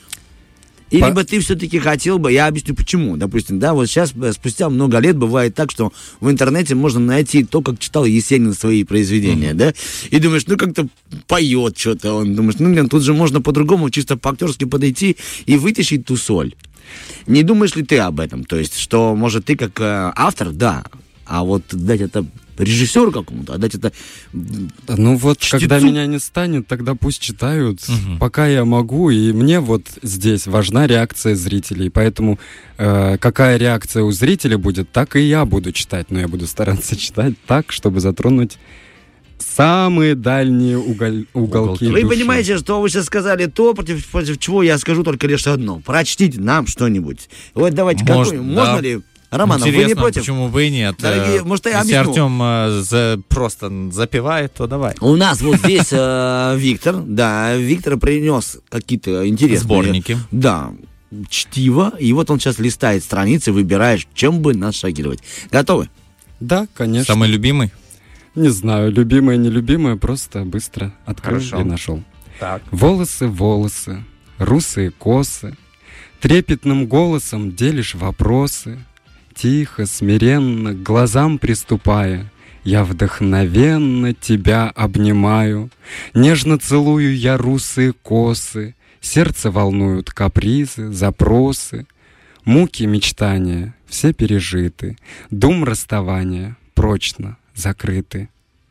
И По... либо ты все-таки хотел бы, я объясню почему, допустим, да, вот сейчас, спустя много лет, бывает так, что в интернете можно найти то, как читал Есенин свои произведения, mm-hmm. да, и думаешь, ну, как-то поет что-то, он думаешь, ну, блин, тут же можно по-другому, чисто по-актерски подойти и вытащить ту соль. Не думаешь ли ты об этом? То есть, что, может, ты как э, автор, да, а вот дать это режиссеру какому-то, отдать это Ну вот, чтецу. Когда меня не станет, тогда пусть читают, угу. пока я могу, и мне вот здесь важна реакция зрителей, поэтому э, какая реакция у зрителя будет, так и я буду читать, но я буду стараться читать так, чтобы затронуть самые дальние уголь... уголки Вы души. понимаете, что вы сейчас сказали то, против, против чего я скажу только лишь одно. Прочтите нам что-нибудь. Вот давайте, Может, какой, да. можно ли... Романов, Интересно, вы не против? Почему бы и нет? Дорогие, может, я Если объясню. Артем э, за, просто запевает, то давай. У нас вот здесь э, Виктор, да, Виктор принес какие-то интересные... Сборники. Да, чтиво, и вот он сейчас листает страницы, выбираешь, чем бы нас шокировать. Готовы? Да, конечно. Самый любимый? Не знаю, любимое, нелюбимое, просто быстро открыл Хорошо. и нашел. Так. Волосы, волосы, русые косы, трепетным голосом делишь вопросы, тихо, смиренно, к глазам приступая, я вдохновенно тебя обнимаю, нежно целую я русые косы, сердце волнуют капризы, запросы, муки мечтания все пережиты, дум расставания прочно закрыты.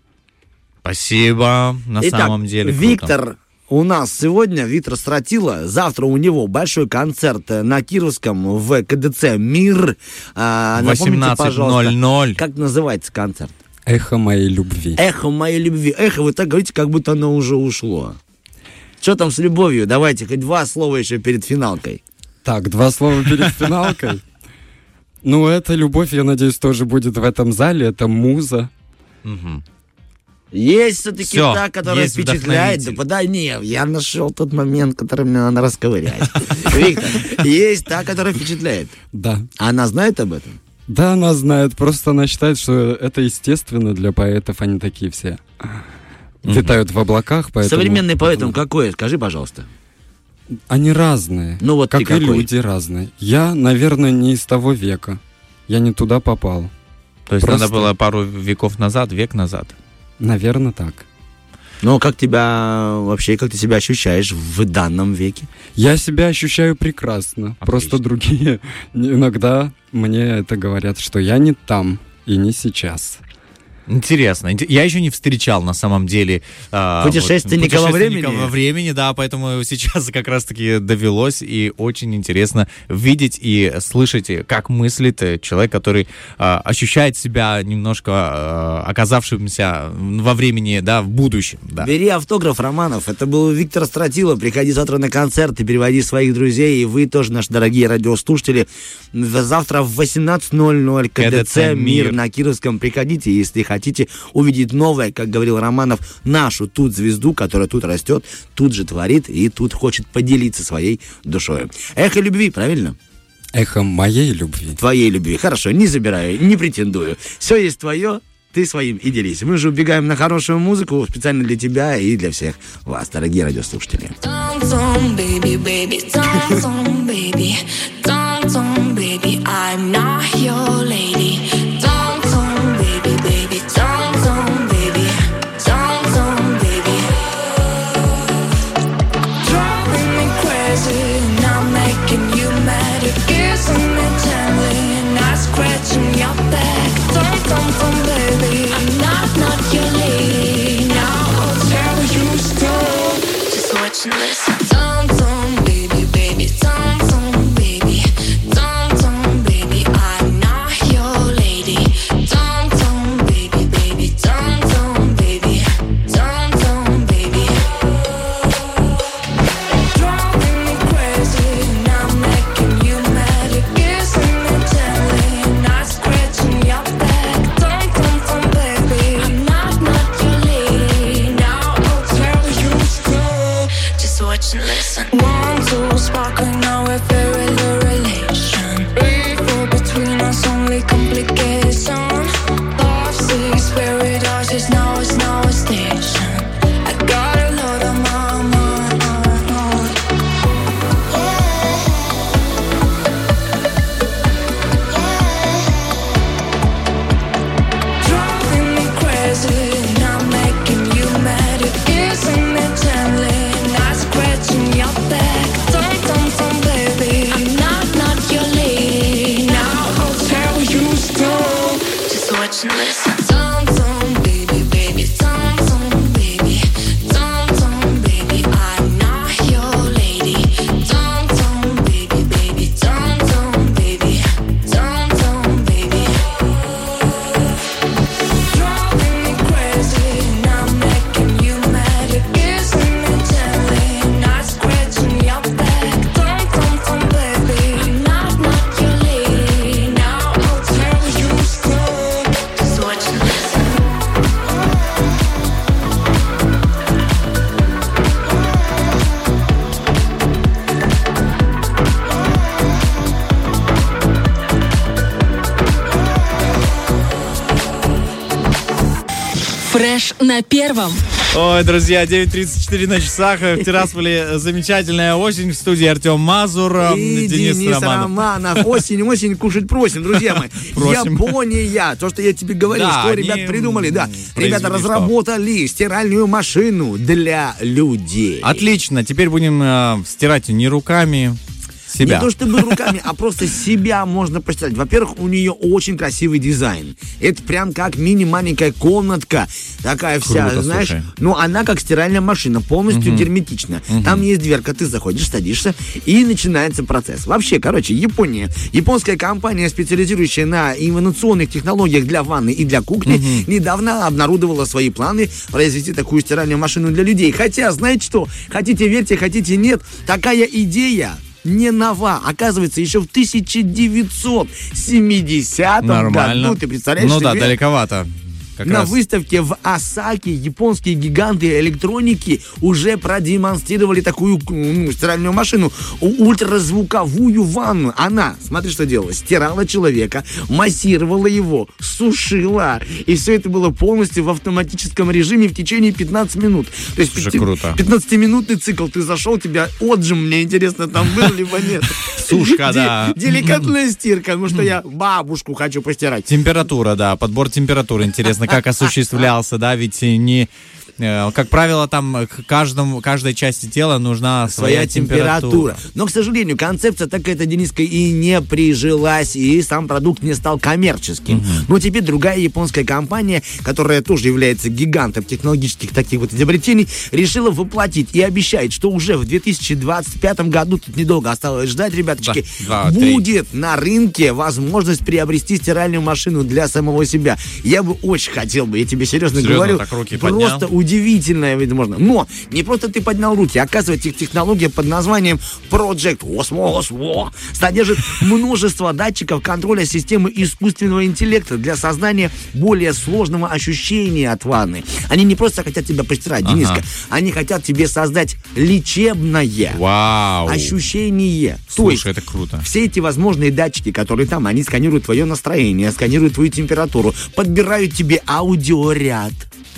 Спасибо, на Итак, самом деле круто. Виктор у нас сегодня, Виктор Стратила. Завтра у него большой концерт на Кировском в ка дэ цэ «Мир». А, восемнадцать ноль ноль. Как называется концерт? «Эхо моей любви». «Эхо моей любви». Эхо, вы так говорите, как будто оно уже ушло. Что там с любовью? Давайте хоть два слова еще перед финалкой. Так, два слова перед финалкой. Ну, эта любовь, я надеюсь, тоже будет в этом зале. Это муза. Угу. Есть все-таки Всё, та, которая есть впечатляет. Да, да нет, я нашел тот момент, который мне надо расковырять. Виктор, есть та, которая впечатляет. Да. Она знает об этом? Да, она знает. Просто она считает, что это естественно для поэтов. Они такие все витают в облаках. Поэтому... Современный поэтом какой? Скажи, пожалуйста. Они разные. Ну вот как ты какой? и люди разные. Я, наверное, не из того века. Я не туда попал. То есть Просто... надо было пару веков назад, век назад. Наверное, так. Ну, как тебя вообще, как ты себя ощущаешь в данном веке? Я себя ощущаю прекрасно. Отлично. Просто другие иногда мне это говорят, что я не там и не сейчас. Интересно. Я еще не встречал, на самом деле, а, путешественника вот, во времени. во времени, да, поэтому сейчас как раз-таки довелось, и очень интересно видеть и слышать, как мыслит человек, который а, ощущает себя немножко а, оказавшимся во времени, да, в будущем. Да. Бери автограф, Романов. Это был Виктор Стратила. Приходи завтра на концерт и переводи своих друзей. И вы тоже, наши дорогие радиослушатели. Завтра в восемнадцать ноль ноль ка дэ цэ «Мир» на Кировском. Приходите, если хотите увидеть новое, как говорил Романов, нашу тут звезду, которая тут растет, тут же творит и тут хочет поделиться своей душой. Эхо любви, правильно? Эхо моей любви. Твоей любви. Хорошо, не забираю, не претендую. Все есть твое, ты своим и делись. Мы же убегаем на хорошую музыку специально для тебя и для всех вас, дорогие радиослушатели. Listen. Tom, tom, baby, baby, tom, tom, baby. Фреш на первом. Ой, друзья, девять тридцать четыре на часах. В Тирасполе замечательная осень. В студии Артем Мазур, и Денис, Денис Романов. Романов. Осень, осень, кушать просим, друзья мои. Просим. Япония. То, что я тебе говорил, Да, что они ребята придумали. Да, ребята произвели разработали стиральную машину для людей. Отлично, теперь будем э, стирать не руками, себя. Не то чтобы руками, а просто себя можно постирать. Во-первых, у нее очень красивый дизайн. Это прям как мини-маленькая комнатка. Такая вся, Круто, знаешь. слушай. Ну, она как стиральная машина, полностью герметична. Там есть дверка, ты заходишь, садишься, и начинается процесс. Вообще, короче, Япония. Японская компания, специализирующая на инновационных технологиях для ванны и для кухни, недавно обнародовала свои планы произвести такую стиральную машину для людей. Хотя, знаете что? Хотите верьте, хотите нет, такая идея не нова. Оказывается, еще в тысяча девятьсот семидесятом Нормально. году, ты представляешь Ну себе? да, далековато. Как На раз. выставке в Осаке японские гиганты электроники уже продемонстрировали такую ну, стиральную машину, у- ультразвуковую ванну. Она, смотри, что делала, стирала человека, массировала его, сушила. И все это было полностью в автоматическом режиме в течение пятнадцати минут. То есть Слушай, пяти- круто. пятнадцатиминутный цикл. Ты зашел, тебя отжим, мне интересно, там был либо нет. Сушка, да. Де- Деликатная стирка, потому что я бабушку хочу постирать. Температура, да, подбор температуры. Интересно, как осуществлялся, да, ведь не... э, Как правило, там к каждому, каждой части тела нужна своя, своя температура. Но, к сожалению, концепция такая-то, Дениска, и не прижилась, и сам продукт не стал коммерческим. Мгм. Но теперь другая японская компания, которая тоже является гигантом технологических таких вот изобретений, решила воплотить и обещает, что уже в две тысячи двадцать пятом году, тут недолго осталось ждать, ребяточки, Да, два, три. будет на рынке возможность приобрести стиральную машину для самого себя. Я бы очень хотел бы, я тебе серьезно, Серьезно, говорю, так руки просто поднял? удивительная, возможно. Но не просто ты поднял руки, оказывается, их технология под названием Project Osmos содержит множество датчиков контроля системы искусственного интеллекта для создания более сложного ощущения от ванны. Они не просто хотят тебя постирать, Ага. Дениска, они хотят тебе создать лечебное Вау. ощущение. То Слушай, есть это круто. все эти возможные датчики, которые там, они сканируют твое настроение, сканируют твою температуру, подбирают тебе аудиоряд,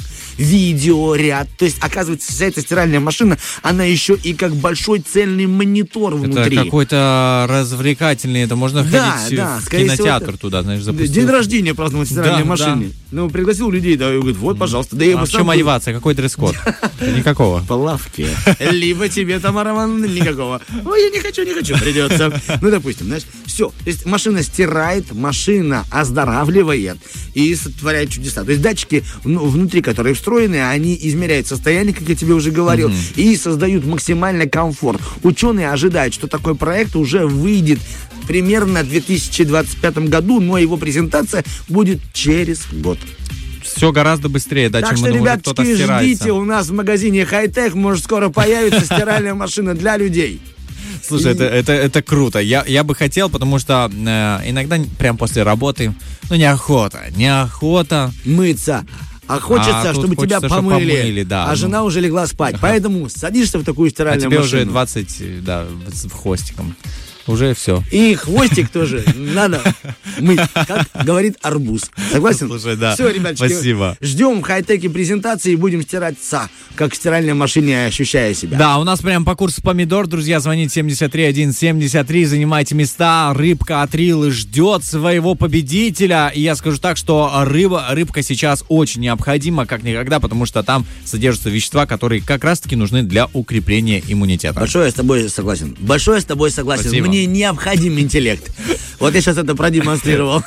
видеоряд. То есть, оказывается, вся эта стиральная машина, она еще и как большой цельный монитор внутри. Это какой-то развлекательный, это можно Да, ходить да, в скорее всего, кинотеатр это- туда, знаешь, запустил. День рождения праздновать в стиральной Да, машине. Ну, пригласил людей, да, и говорит, вот, пожалуйста. Да я А бы в сам чем был одеваться? Какой дресс-код? Никакого. по лавке. Либо тебе, Тамара Романовна, никакого. Ой, я не хочу, не хочу, придется. Ну, допустим, знаешь, все. То есть машина стирает, машина оздоравливает и сотворяет чудеса. То есть датчики ну, внутри, которые встроены, они измеряют состояние, как я тебе уже говорил, и создают максимальный комфорт. Ученые ожидают, что такой проект уже выйдет примерно в две тысячи двадцать пятом году, но его презентация будет через год. Все гораздо быстрее, да, Так чем что, оно уже кто-то ребятки, ждите, стирается. у нас в магазине Хай-Тек может скоро появится стиральная машина для людей. Слушай, это, это, это круто. Я, я бы хотел, потому что э, иногда прям после работы, ну, неохота, неохота. Мыться. А хочется, А тут чтобы тебя хочется, чтобы помыли, помыли, да, а ну. жена уже легла спать. Поэтому садишься в такую А стиральную тебе машину. уже двадцать, да, с хвостиком. Уже все. И хвостик тоже надо мыть, как говорит арбуз. Согласен? Слушай, да. Все, ребяточки, Спасибо. ждем в Хай-Теке презентации и будем стираться, как в стиральной машине, ощущая себя. Да, у нас прям по курсу помидор, друзья, звоните семьдесят три один семьдесят три, занимайте места, рыбка от Рилы ждет своего победителя, и я скажу так, что рыба, рыбка сейчас очень необходима, как никогда, потому что там содержатся вещества, которые как раз-таки нужны для укрепления иммунитета. Большое я с тобой согласен. Большое я с тобой согласен. Спасибо. Мне необходим интеллект. Вот я сейчас это продемонстрировал.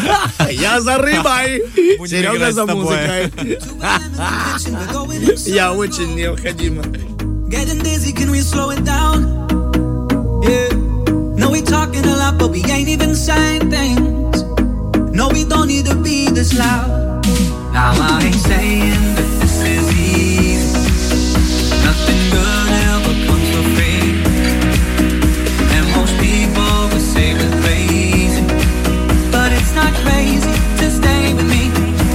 Я за рыбой. Будем Серега играть за с тобой. музыкой. Я очень необходима. Getting dizzy, can we slow it down? Yeah. No, we talking a lot, but we ain't even saying things. No, we don't need to be this loud. Now I ain't saying that this is easy. Nothing good ever comes for free. And most people would say we're crazy, but it's not crazy to stay with me.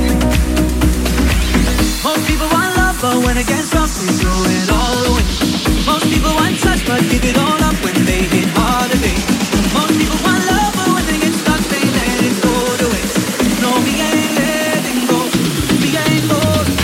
Most people want love, but when it gets rough, they throw it all away. Most people want touch, but give it all up when they hit harder days. Most people want love, but when they get stuck, they let it go to waste. No, we ain't letting go, we ain't going.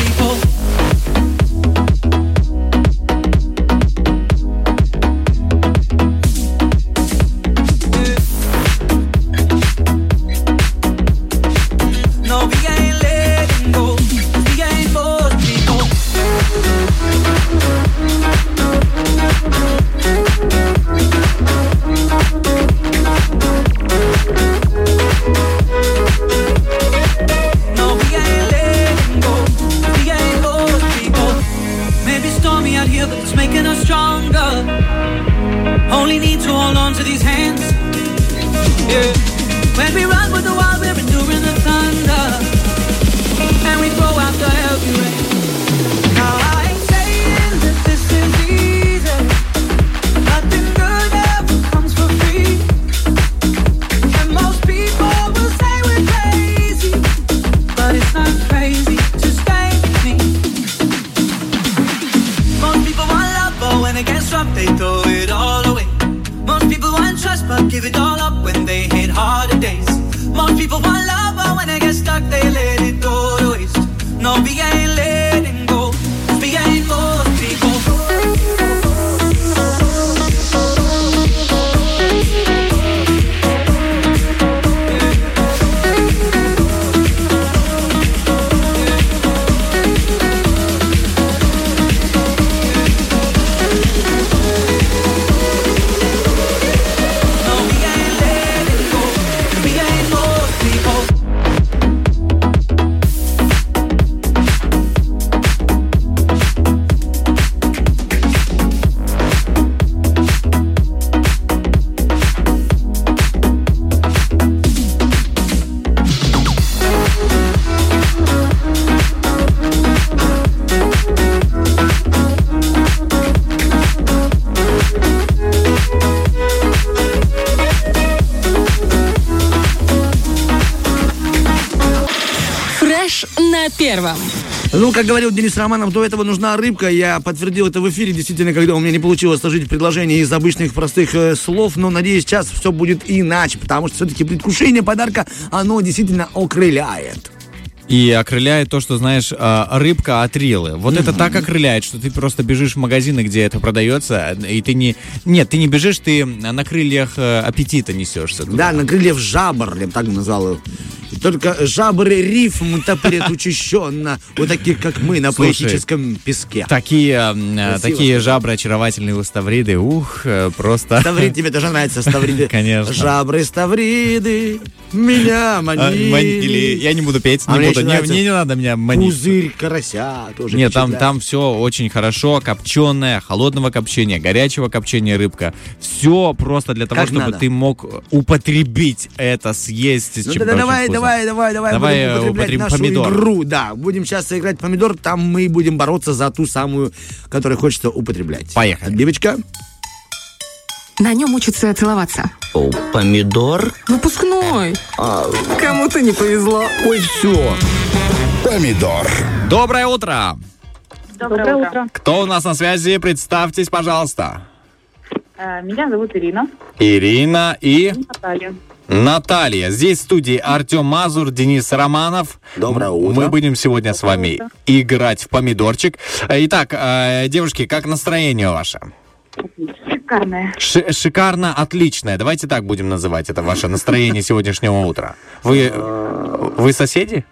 Yeah. When we run with the wild, we're enduring the thunder, and we throw out the heavy rain. Now I ain't saying that this is easy. Nothing good ever comes for free, and most people will say we're crazy, but it's not crazy to stay with me. Most people want love, but when it gets rough, they throw it all away. Most people want trust, but give it all up when they hit harder days. Most people want love, but when they get stuck, they let it go to waste. No, we ain't letting go. We ain't most people. На первом. Ну, как говорил Денис Романов, до этого нужна рыбка. Я подтвердил это в эфире, действительно, когда у меня не получилось сложить предложение из обычных простых э, слов. Но, надеюсь, сейчас все будет иначе, потому что все-таки предвкушение подарка, оно действительно окрыляет. И окрыляет то, что, знаешь, рыбка от Рилы. Вот mm-hmm. это так окрыляет, что ты просто бежишь в магазины, где это продается, и ты не... Нет, ты не бежишь, ты на крыльях аппетита несешься. Туда. Да, на крыльях жабр, я бы так назвал. Только жабры рифм топорят учащенно, вот таких, как мы, на Слушай, поэтическом песке. Такие, такие жабры очаровательные у ставриды, ух, просто... Ставрид, тебе тоже нравится, ставриды? Конечно. Жабры ставриды меня манили. манили. Я не буду петь, не а буду, не, мне не надо меня манить. Пузырь карася тоже. Нет, там, там все очень хорошо, копченое, холодного копчения, горячего копчения рыбка. Все просто для того, как чтобы надо. Ты мог употребить это, съесть. Ну тогда давай, давай, давай, давай, давай будем употреблять нашу помидор. игру. Да, будем сейчас играть помидор, там мы будем бороться за ту самую, которую хочется употреблять. Поехали. Девочка. На нем учатся целоваться. О, помидор? Выпускной. А... Кому-то не повезло. Ой, все. Помидор. Доброе утро. Доброе утро. Кто у нас на связи? Представьтесь, пожалуйста. Меня зовут Ирина. Ирина и... Наталья. Наталья. Здесь в студии Артем Мазур, Денис Романов. Доброе утро. Мы будем сегодня с вами играть в помидорчик. Итак, девушки, как настроение ваше? Шикарное. Ш- шикарно, отличное. Давайте так будем называть это ваше настроение сегодняшнего утра. Вы, вы соседи?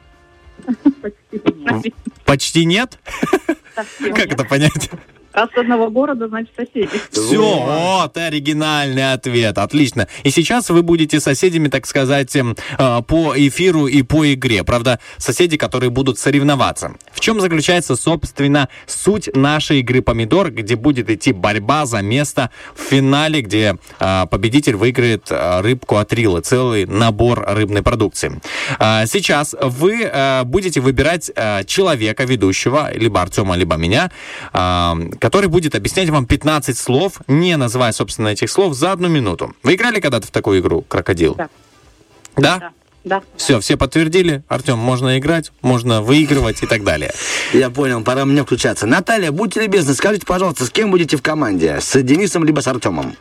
Почти. Почти нет? Как это понять? Раз с одного города, значит, соседи. Все, вот, оригинальный ответ, отлично. И сейчас вы будете соседями, так сказать, по эфиру и по игре. Правда, соседи, которые будут соревноваться. В чем заключается, собственно, суть нашей игры «Помидор», где будет идти борьба за место в финале, где победитель выиграет рыбку от Рилы, целый набор рыбной продукции. Сейчас вы будете выбирать человека, ведущего, либо Артема, либо меня, который будет объяснять вам пятнадцать слов, не называя, собственно, этих слов, за одну минуту. Вы играли когда-то в такую игру «Крокодил»? Да. Да? Да. Да. Все, все подтвердили. Артем, можно играть, можно выигрывать и так далее. Я понял, пора мне включаться. Наталья, будьте любезны, скажите, пожалуйста, с кем будете в команде? С Денисом либо с Артемом?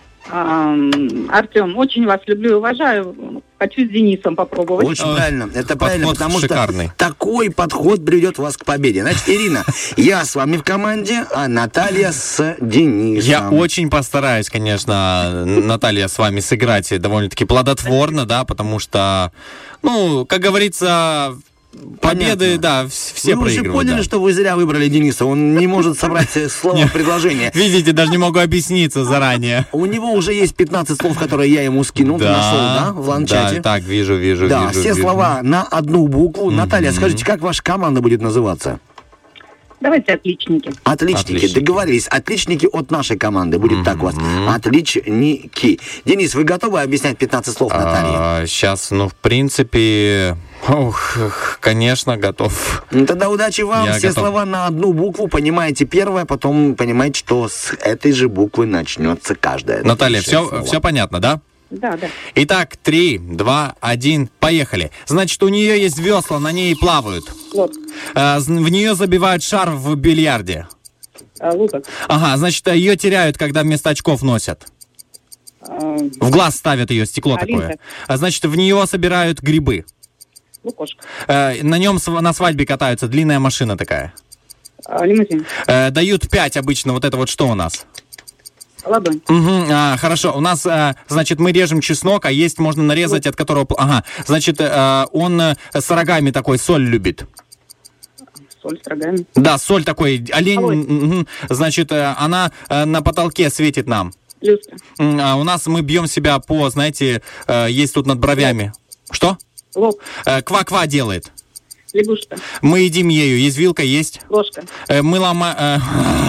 Артем, очень вас люблю и уважаю. Хочу с Денисом попробовать. Очень Ой, правильно. Это подход правильно, потому шикарный. Что такой подход приведет вас к победе. Значит, Ирина, я с вами в команде, а Наталья с Денисом. Я очень постараюсь, конечно, Наталья, с вами сыграть довольно-таки плодотворно, да, потому что, ну, как говорится... Победы, Понятно. Да, все вы проигрывают. Вы уже поняли, да. что вы зря выбрали Дениса. Он не может собрать слово в предложение. Видите, даже не могу объясниться заранее. У него уже есть пятнадцать слов, которые я ему скинул. Да, ты нашел, да, в ланчате? Да, так, вижу, вижу, да, вижу. все вижу. слова на одну букву. Mm-hmm. Наталья, скажите, как ваша команда будет называться? Давайте отличники. Отличники. Отличники. Договорились. Отличники от нашей команды. Будет так у вас. Отличники. Денис, вы готовы объяснять пятнадцать слов Наталье? Сейчас, ну, в принципе... Ух, конечно, готов. Ну, тогда удачи вам. Я Все готов. слова на одну букву. Понимаете первое, потом понимаете, что с этой же буквы начнется каждая. Наталья, следующее все, слово. все понятно, да? Да, да. Итак, три, два, один, поехали. Значит, у нее есть весла, на ней плавают. Вот. Э, з- В нее забивают шар в бильярде. А, лука. Ага, значит, ее теряют, когда вместо очков носят. А, В глаз ставят ее, стекло Алинка. такое. А, значит, в нее собирают грибы. лукошка. Э, На нем св- на свадьбе катаются, длинная машина такая. А, лимузин. Э, Дают пять обычно, вот это вот что у нас? Ладонь. Угу, а, хорошо, у нас, а, значит, мы режем чеснок, а есть можно нарезать, от которого... пл- Ага, значит, а, он а, с рогами такой, соль любит. Соль с рогами. Да, соль такой, олень, Ой. мгм. Значит, а, она а, на потолке светит нам. Люстра. М, А у нас мы бьем себя по, знаете, а, есть тут над бровями. Что? Лоб. Э, Ква-ква делает. Лягушка. Мы едим ею, есть вилка, есть. Ложка. Э, Мы ломаем...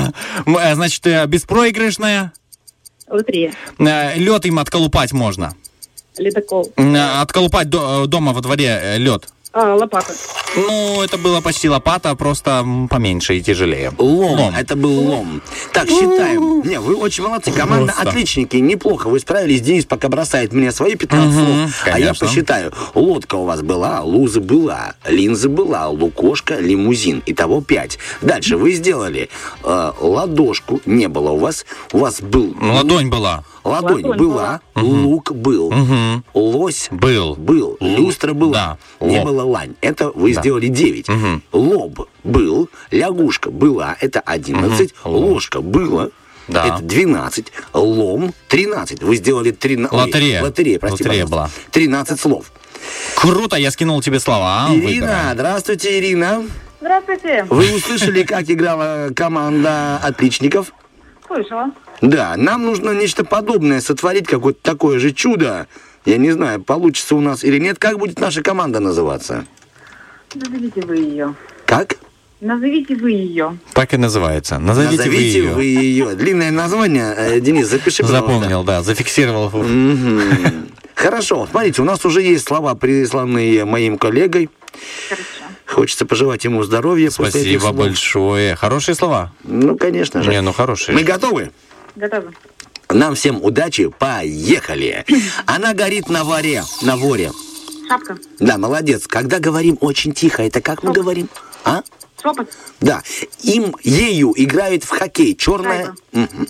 Значит, э, беспроигрышная. Лотерея. Лед им отколупать можно. Ледокол. Э, Отколупать до- дома во дворе лед. А, лопата. Ну, это было почти лопата, просто м, поменьше и тяжелее. Лом. Это был лом. Так, считаем. Не, вы очень молодцы. Команда Просто. отличники. Неплохо. Вы справились. Денис пока бросает мне свои пятнадцать Мгм, слов. А я конечно. посчитаю. Лодка у вас была, луза была, линза была, лукошка, лимузин. Итого пять. Дальше вы сделали э, ладошку. Не было у вас. У вас был... Ладонь была. Ладонь, Ладонь была, лук был, Мгм. лось Был. был, люстра была, Да, не лоб. было лань. Это вы сделали девять. Мгм. Лоб был, лягушка была, это одиннадцать, Мгм. Лоб. ложка было, Да. это двенадцать, лом тринадцать. Вы сделали тринадцать. Лотерея. Лотерея, прости, Лотерея пожалуйста. была. тринадцать слов. Круто, я скинул тебе слова. Ирина, Выбирай. здравствуйте, Ирина. Здравствуйте. Вы услышали, как играла команда отличников? Слышала. Да, нам нужно нечто подобное сотворить, какое-то такое же чудо. Я не знаю, получится у нас или нет. Как будет наша команда называться? Назовите вы ее. Как? Назовите вы ее. Так и называется. Назовите, Назовите вы ее. вы ее. Длинное название. Э, Денис, запиши, пожалуйста. Запомнил, да, зафиксировал. Мгм. Хорошо, смотрите, у нас уже есть слова, присланные моим коллегой. Хорошо. Хочется пожелать ему здоровья после этих Спасибо слов. большое. Хорошие слова? Ну, конечно же. Не, ну хорошие. Мы готовы? Готовы. Нам всем удачи, поехали. Она горит на воре, на воре. Шапка. Да, молодец. Когда говорим очень тихо, это как мы говорим? А? Шепот. Да. Им, ею играют в хоккей. Черная. Мгм.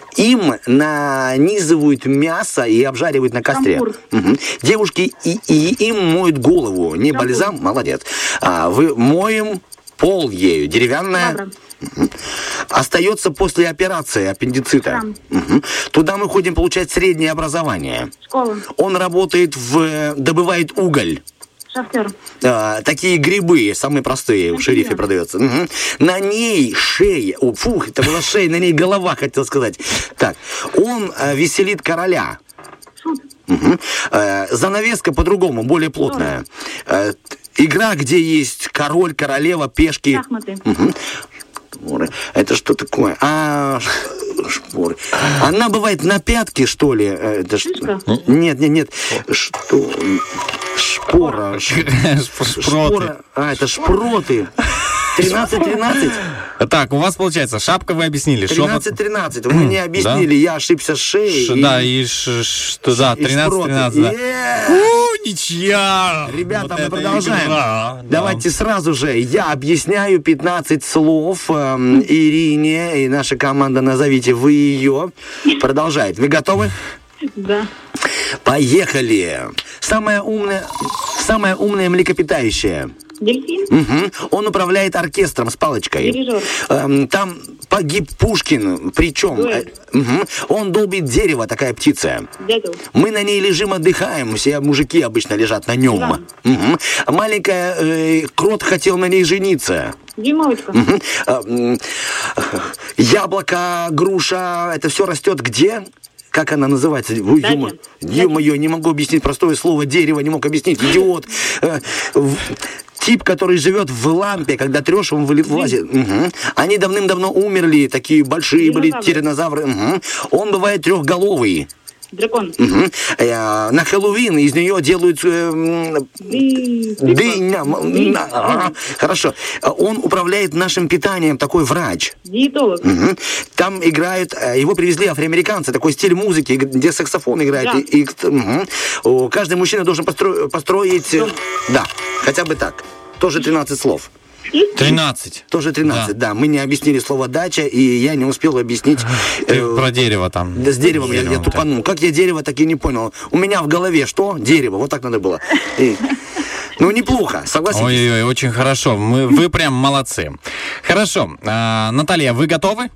Им нанизывают мясо и обжаривают на костре. Шампур. Мгм. Девушки и, и им моют голову. Не Шампур. бальзам, молодец. А, вы моем пол ею. Деревянная. Лавра. Мгм. Остается после операции аппендицита. Шрам. Мгм. Туда мы ходим получать среднее образование. Школа. Он работает в... добывает уголь. Шахтер. А, такие грибы, самые простые, в шерифе продается. Мгм. На ней шея, о, фух, это была шея, на ней голова, хотел сказать. Так, он а, веселит короля. Шут. Мгм. А, занавеска по-другому, более плотная. А, т- игра, где есть король, королева, пешки. Шахматы. Мгм. Шпоры. Это что такое? А, ш- шпоры. Она бывает на пятке, что ли? Э, Это что? Шишка. Нет, нет, нет. Что? Шпора. Шпроты. Шпора. А, это шпроты. тринадцать тринадцать. Так, у вас получается, шапка вы объяснили. шепот- тринадцать тринадцать. Вы мне объяснили, я ошибся с шеей. Ш- и- Да, и ш- что, да, и тринадцать шпроты. тринадцать, да. Е-е-е! У, ничья! Ребята, Вот мы это продолжаем. игра, да. Давайте сразу же. Я объясняю пятнадцать слов эм, Ирине, и наша команда, назовите вы ее. Продолжает. Вы готовы? Да. Поехали. Самая умная, самая умная млекопитающая. Дельфин. Мгм. Он управляет оркестром с палочкой. Дирижер. Эм, там погиб Пушкин. Причем Дуэль. э, мгм. он долбит дерево, такая птица. Дятел. Мы на ней лежим, отдыхаем. Все мужики обычно лежат на нем. Диван. Мгм. Маленькая э, крот хотел на ней жениться. Дюймовочка. Мгм. А, м, Яблоко, груша, это все растет где? Как она называется? Ой, Дача. ё-мо- ё-моё, не могу объяснить простое слово. Дерево не мог объяснить. Идиот. Э, в- тип, который живет в лампе, когда трешь, он вылазит. Угу. Они давным-давно умерли, такие большие были тираннозавры. Угу. Он бывает трехголовый. Дракон. Угу. Э, на Хэллоуин из нее делают... Э, дыня. Ага. Хорошо. Он управляет нашим питанием, такой врач. Диетолог. Угу. Там играют... Его привезли афроамериканцы, такой стиль музыки, где саксофон играет. Да. И, и, угу. Каждый мужчина должен постро, построить... Дом. Да, хотя бы так. Тоже тринадцать слов. тринадцать. Тоже тринадцать, да. да. Мы не объяснили слово «дача», и я не успел объяснить... Ты э, про дерево там. Да, с деревом я, я тупанул. Как я дерево, так и не понял. У меня в голове что? Дерево. Вот так надо было. И... Ну, неплохо, согласитесь? Ой-ой-ой, очень хорошо. Мы, вы прям молодцы. Хорошо. А, Наталья, вы готовы?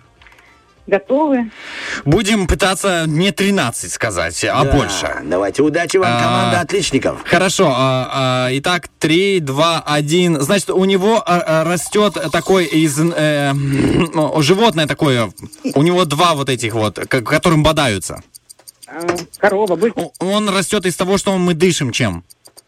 Готовы. Будем пытаться не тринадцать сказать, а да, больше. Давайте, удачи вам, команда а, отличников. Хорошо. А, а, итак, три, два, один. Значит, у него а, растет такой из... Э, ну, животное такое. У него два вот этих вот, к которым бодаются. Корова, бык. Он растет из того, что мы дышим чем?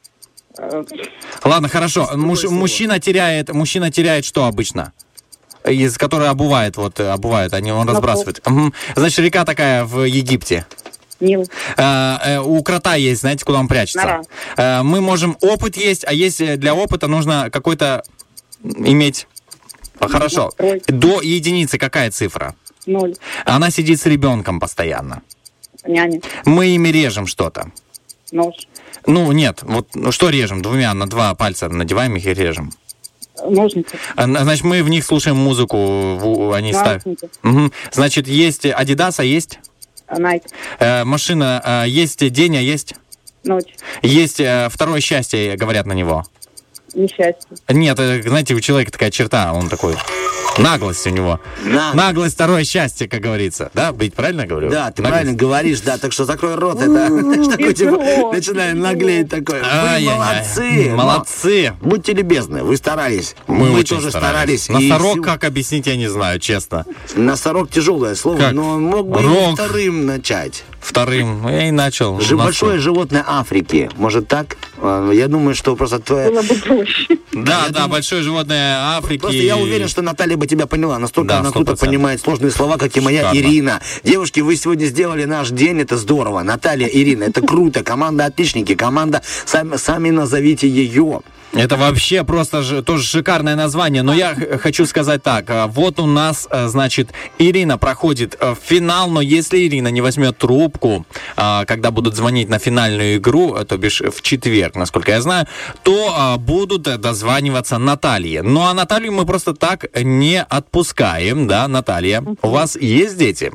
Ладно, хорошо. Муж, мужчина теряет, мужчина теряет что обычно? Из которой обувает, вот, обувает, они, он разбрасывает. Угу. Значит, река такая в Египте. Нил. А, э, у крота есть, знаете, куда он прячется? А, мы можем опыт есть, а если для опыта нужно какой-то иметь... Хорошо. До единицы какая цифра? Ноль. Она сидит с ребенком постоянно. Няня. Мы ими режем что-то. Нож. Ну, нет, вот ну, что режем? Двумя на два пальца надеваем их и режем. Ножницы. Значит, мы в них слушаем музыку, они ставят. Угу. Значит, есть Adidas, а есть? Nike. Э, машина, э, есть день, а есть? Ночь. Есть э, второе счастье, говорят на него. Несчастье. Нет, знаете, у человека такая черта, он такой... Наглость у него. Наглость. Наглость, второе счастье, как говорится. Да, быть правильно говорю? Да, ты Наглость. правильно говоришь, да, так что закрой рот, это такой типа, начинает наглеть такой. Вы молодцы. Молодцы. Будьте любезны, вы старались. Мы, Мы очень тоже старались. старались. Носорог, И... как объяснить, я не знаю, честно. Носорог тяжелое слово, как? но мог бы Рог. и вторым начать. Вторым, я и начал. Ж- большое животное Африки, может так? Я думаю, что просто твоя... Было бы проще. Да, я да, думаю... большое животное Африки. Просто я уверен, что Наталья бы тебя поняла. Настолько да, она круто понимает сложные слова, как и моя Шикарно. Ирина. Девушки, вы сегодня сделали наш день, это здорово. Наталья, Ирина, это круто. Команда отличники, команда, сами, сами назовите ее. Это вообще просто же, тоже шикарное название. Но я х- хочу сказать так. Вот у нас, значит, Ирина проходит в финал, но если Ирина не возьмет трубку, когда будут звонить на финальную игру, то бишь в четверг, насколько я знаю, то будут дозваниваться Наталье. Ну а Наталью мы просто так не отпускаем, да, Наталья? У вас есть дети?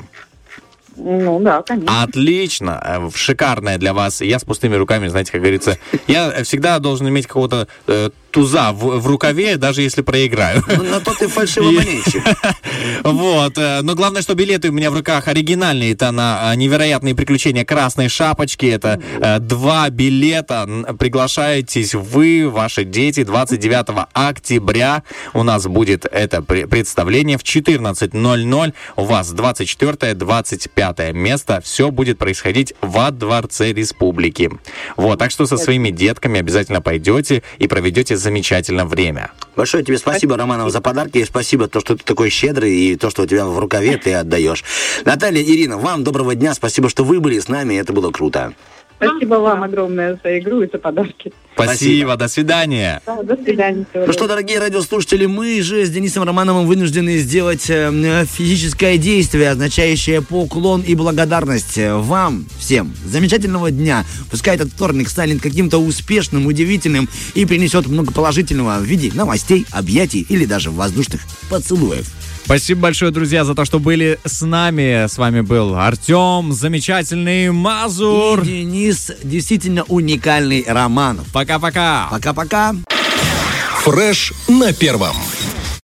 Ну да, конечно. Отлично, шикарная для вас. Я с пустыми руками, знаете, как говорится, я всегда должен иметь какого-то э, туза в, в рукаве, даже если проиграю. Ну, на то ты фальшивомонетчик. Вот, но главное, что билеты у меня в руках оригинальные. Это на невероятные приключения Красной Шапочки. Это два билета. Приглашаетесь вы, ваши дети. двадцать девятого октября у нас будет это представление в четырнадцать ноль ноль. У вас двадцать четвёртое, двадцать пятое место. Все будет происходить во Дворце Республики. Вот, так что со своими детками обязательно пойдете и проведете замечательное время. Большое тебе спасибо, Романов, за подарки. И спасибо, то, что ты такой щедрый, и то, что у тебя в рукаве, ты отдаешь. Наталья, Ирина, вам доброго дня. Спасибо, что вы были с нами. Это было круто. Спасибо вам огромное за игру и за подарки. Спасибо, Спасибо. До свидания. Да, до свидания. Ну что, дорогие радиослушатели, мы же с Денисом Романовым вынуждены сделать э, физическое действие, означающее поклон и благодарность вам всем. Замечательного дня. Пускай этот вторник станет каким-то успешным, удивительным и принесет много положительного в виде новостей, объятий или даже воздушных поцелуев. Спасибо большое, друзья, за то, что были с нами. С вами был Артем, замечательный Мазур. И Денис, действительно уникальный Романов. Пока-пока. Пока-пока. Фреш на первом.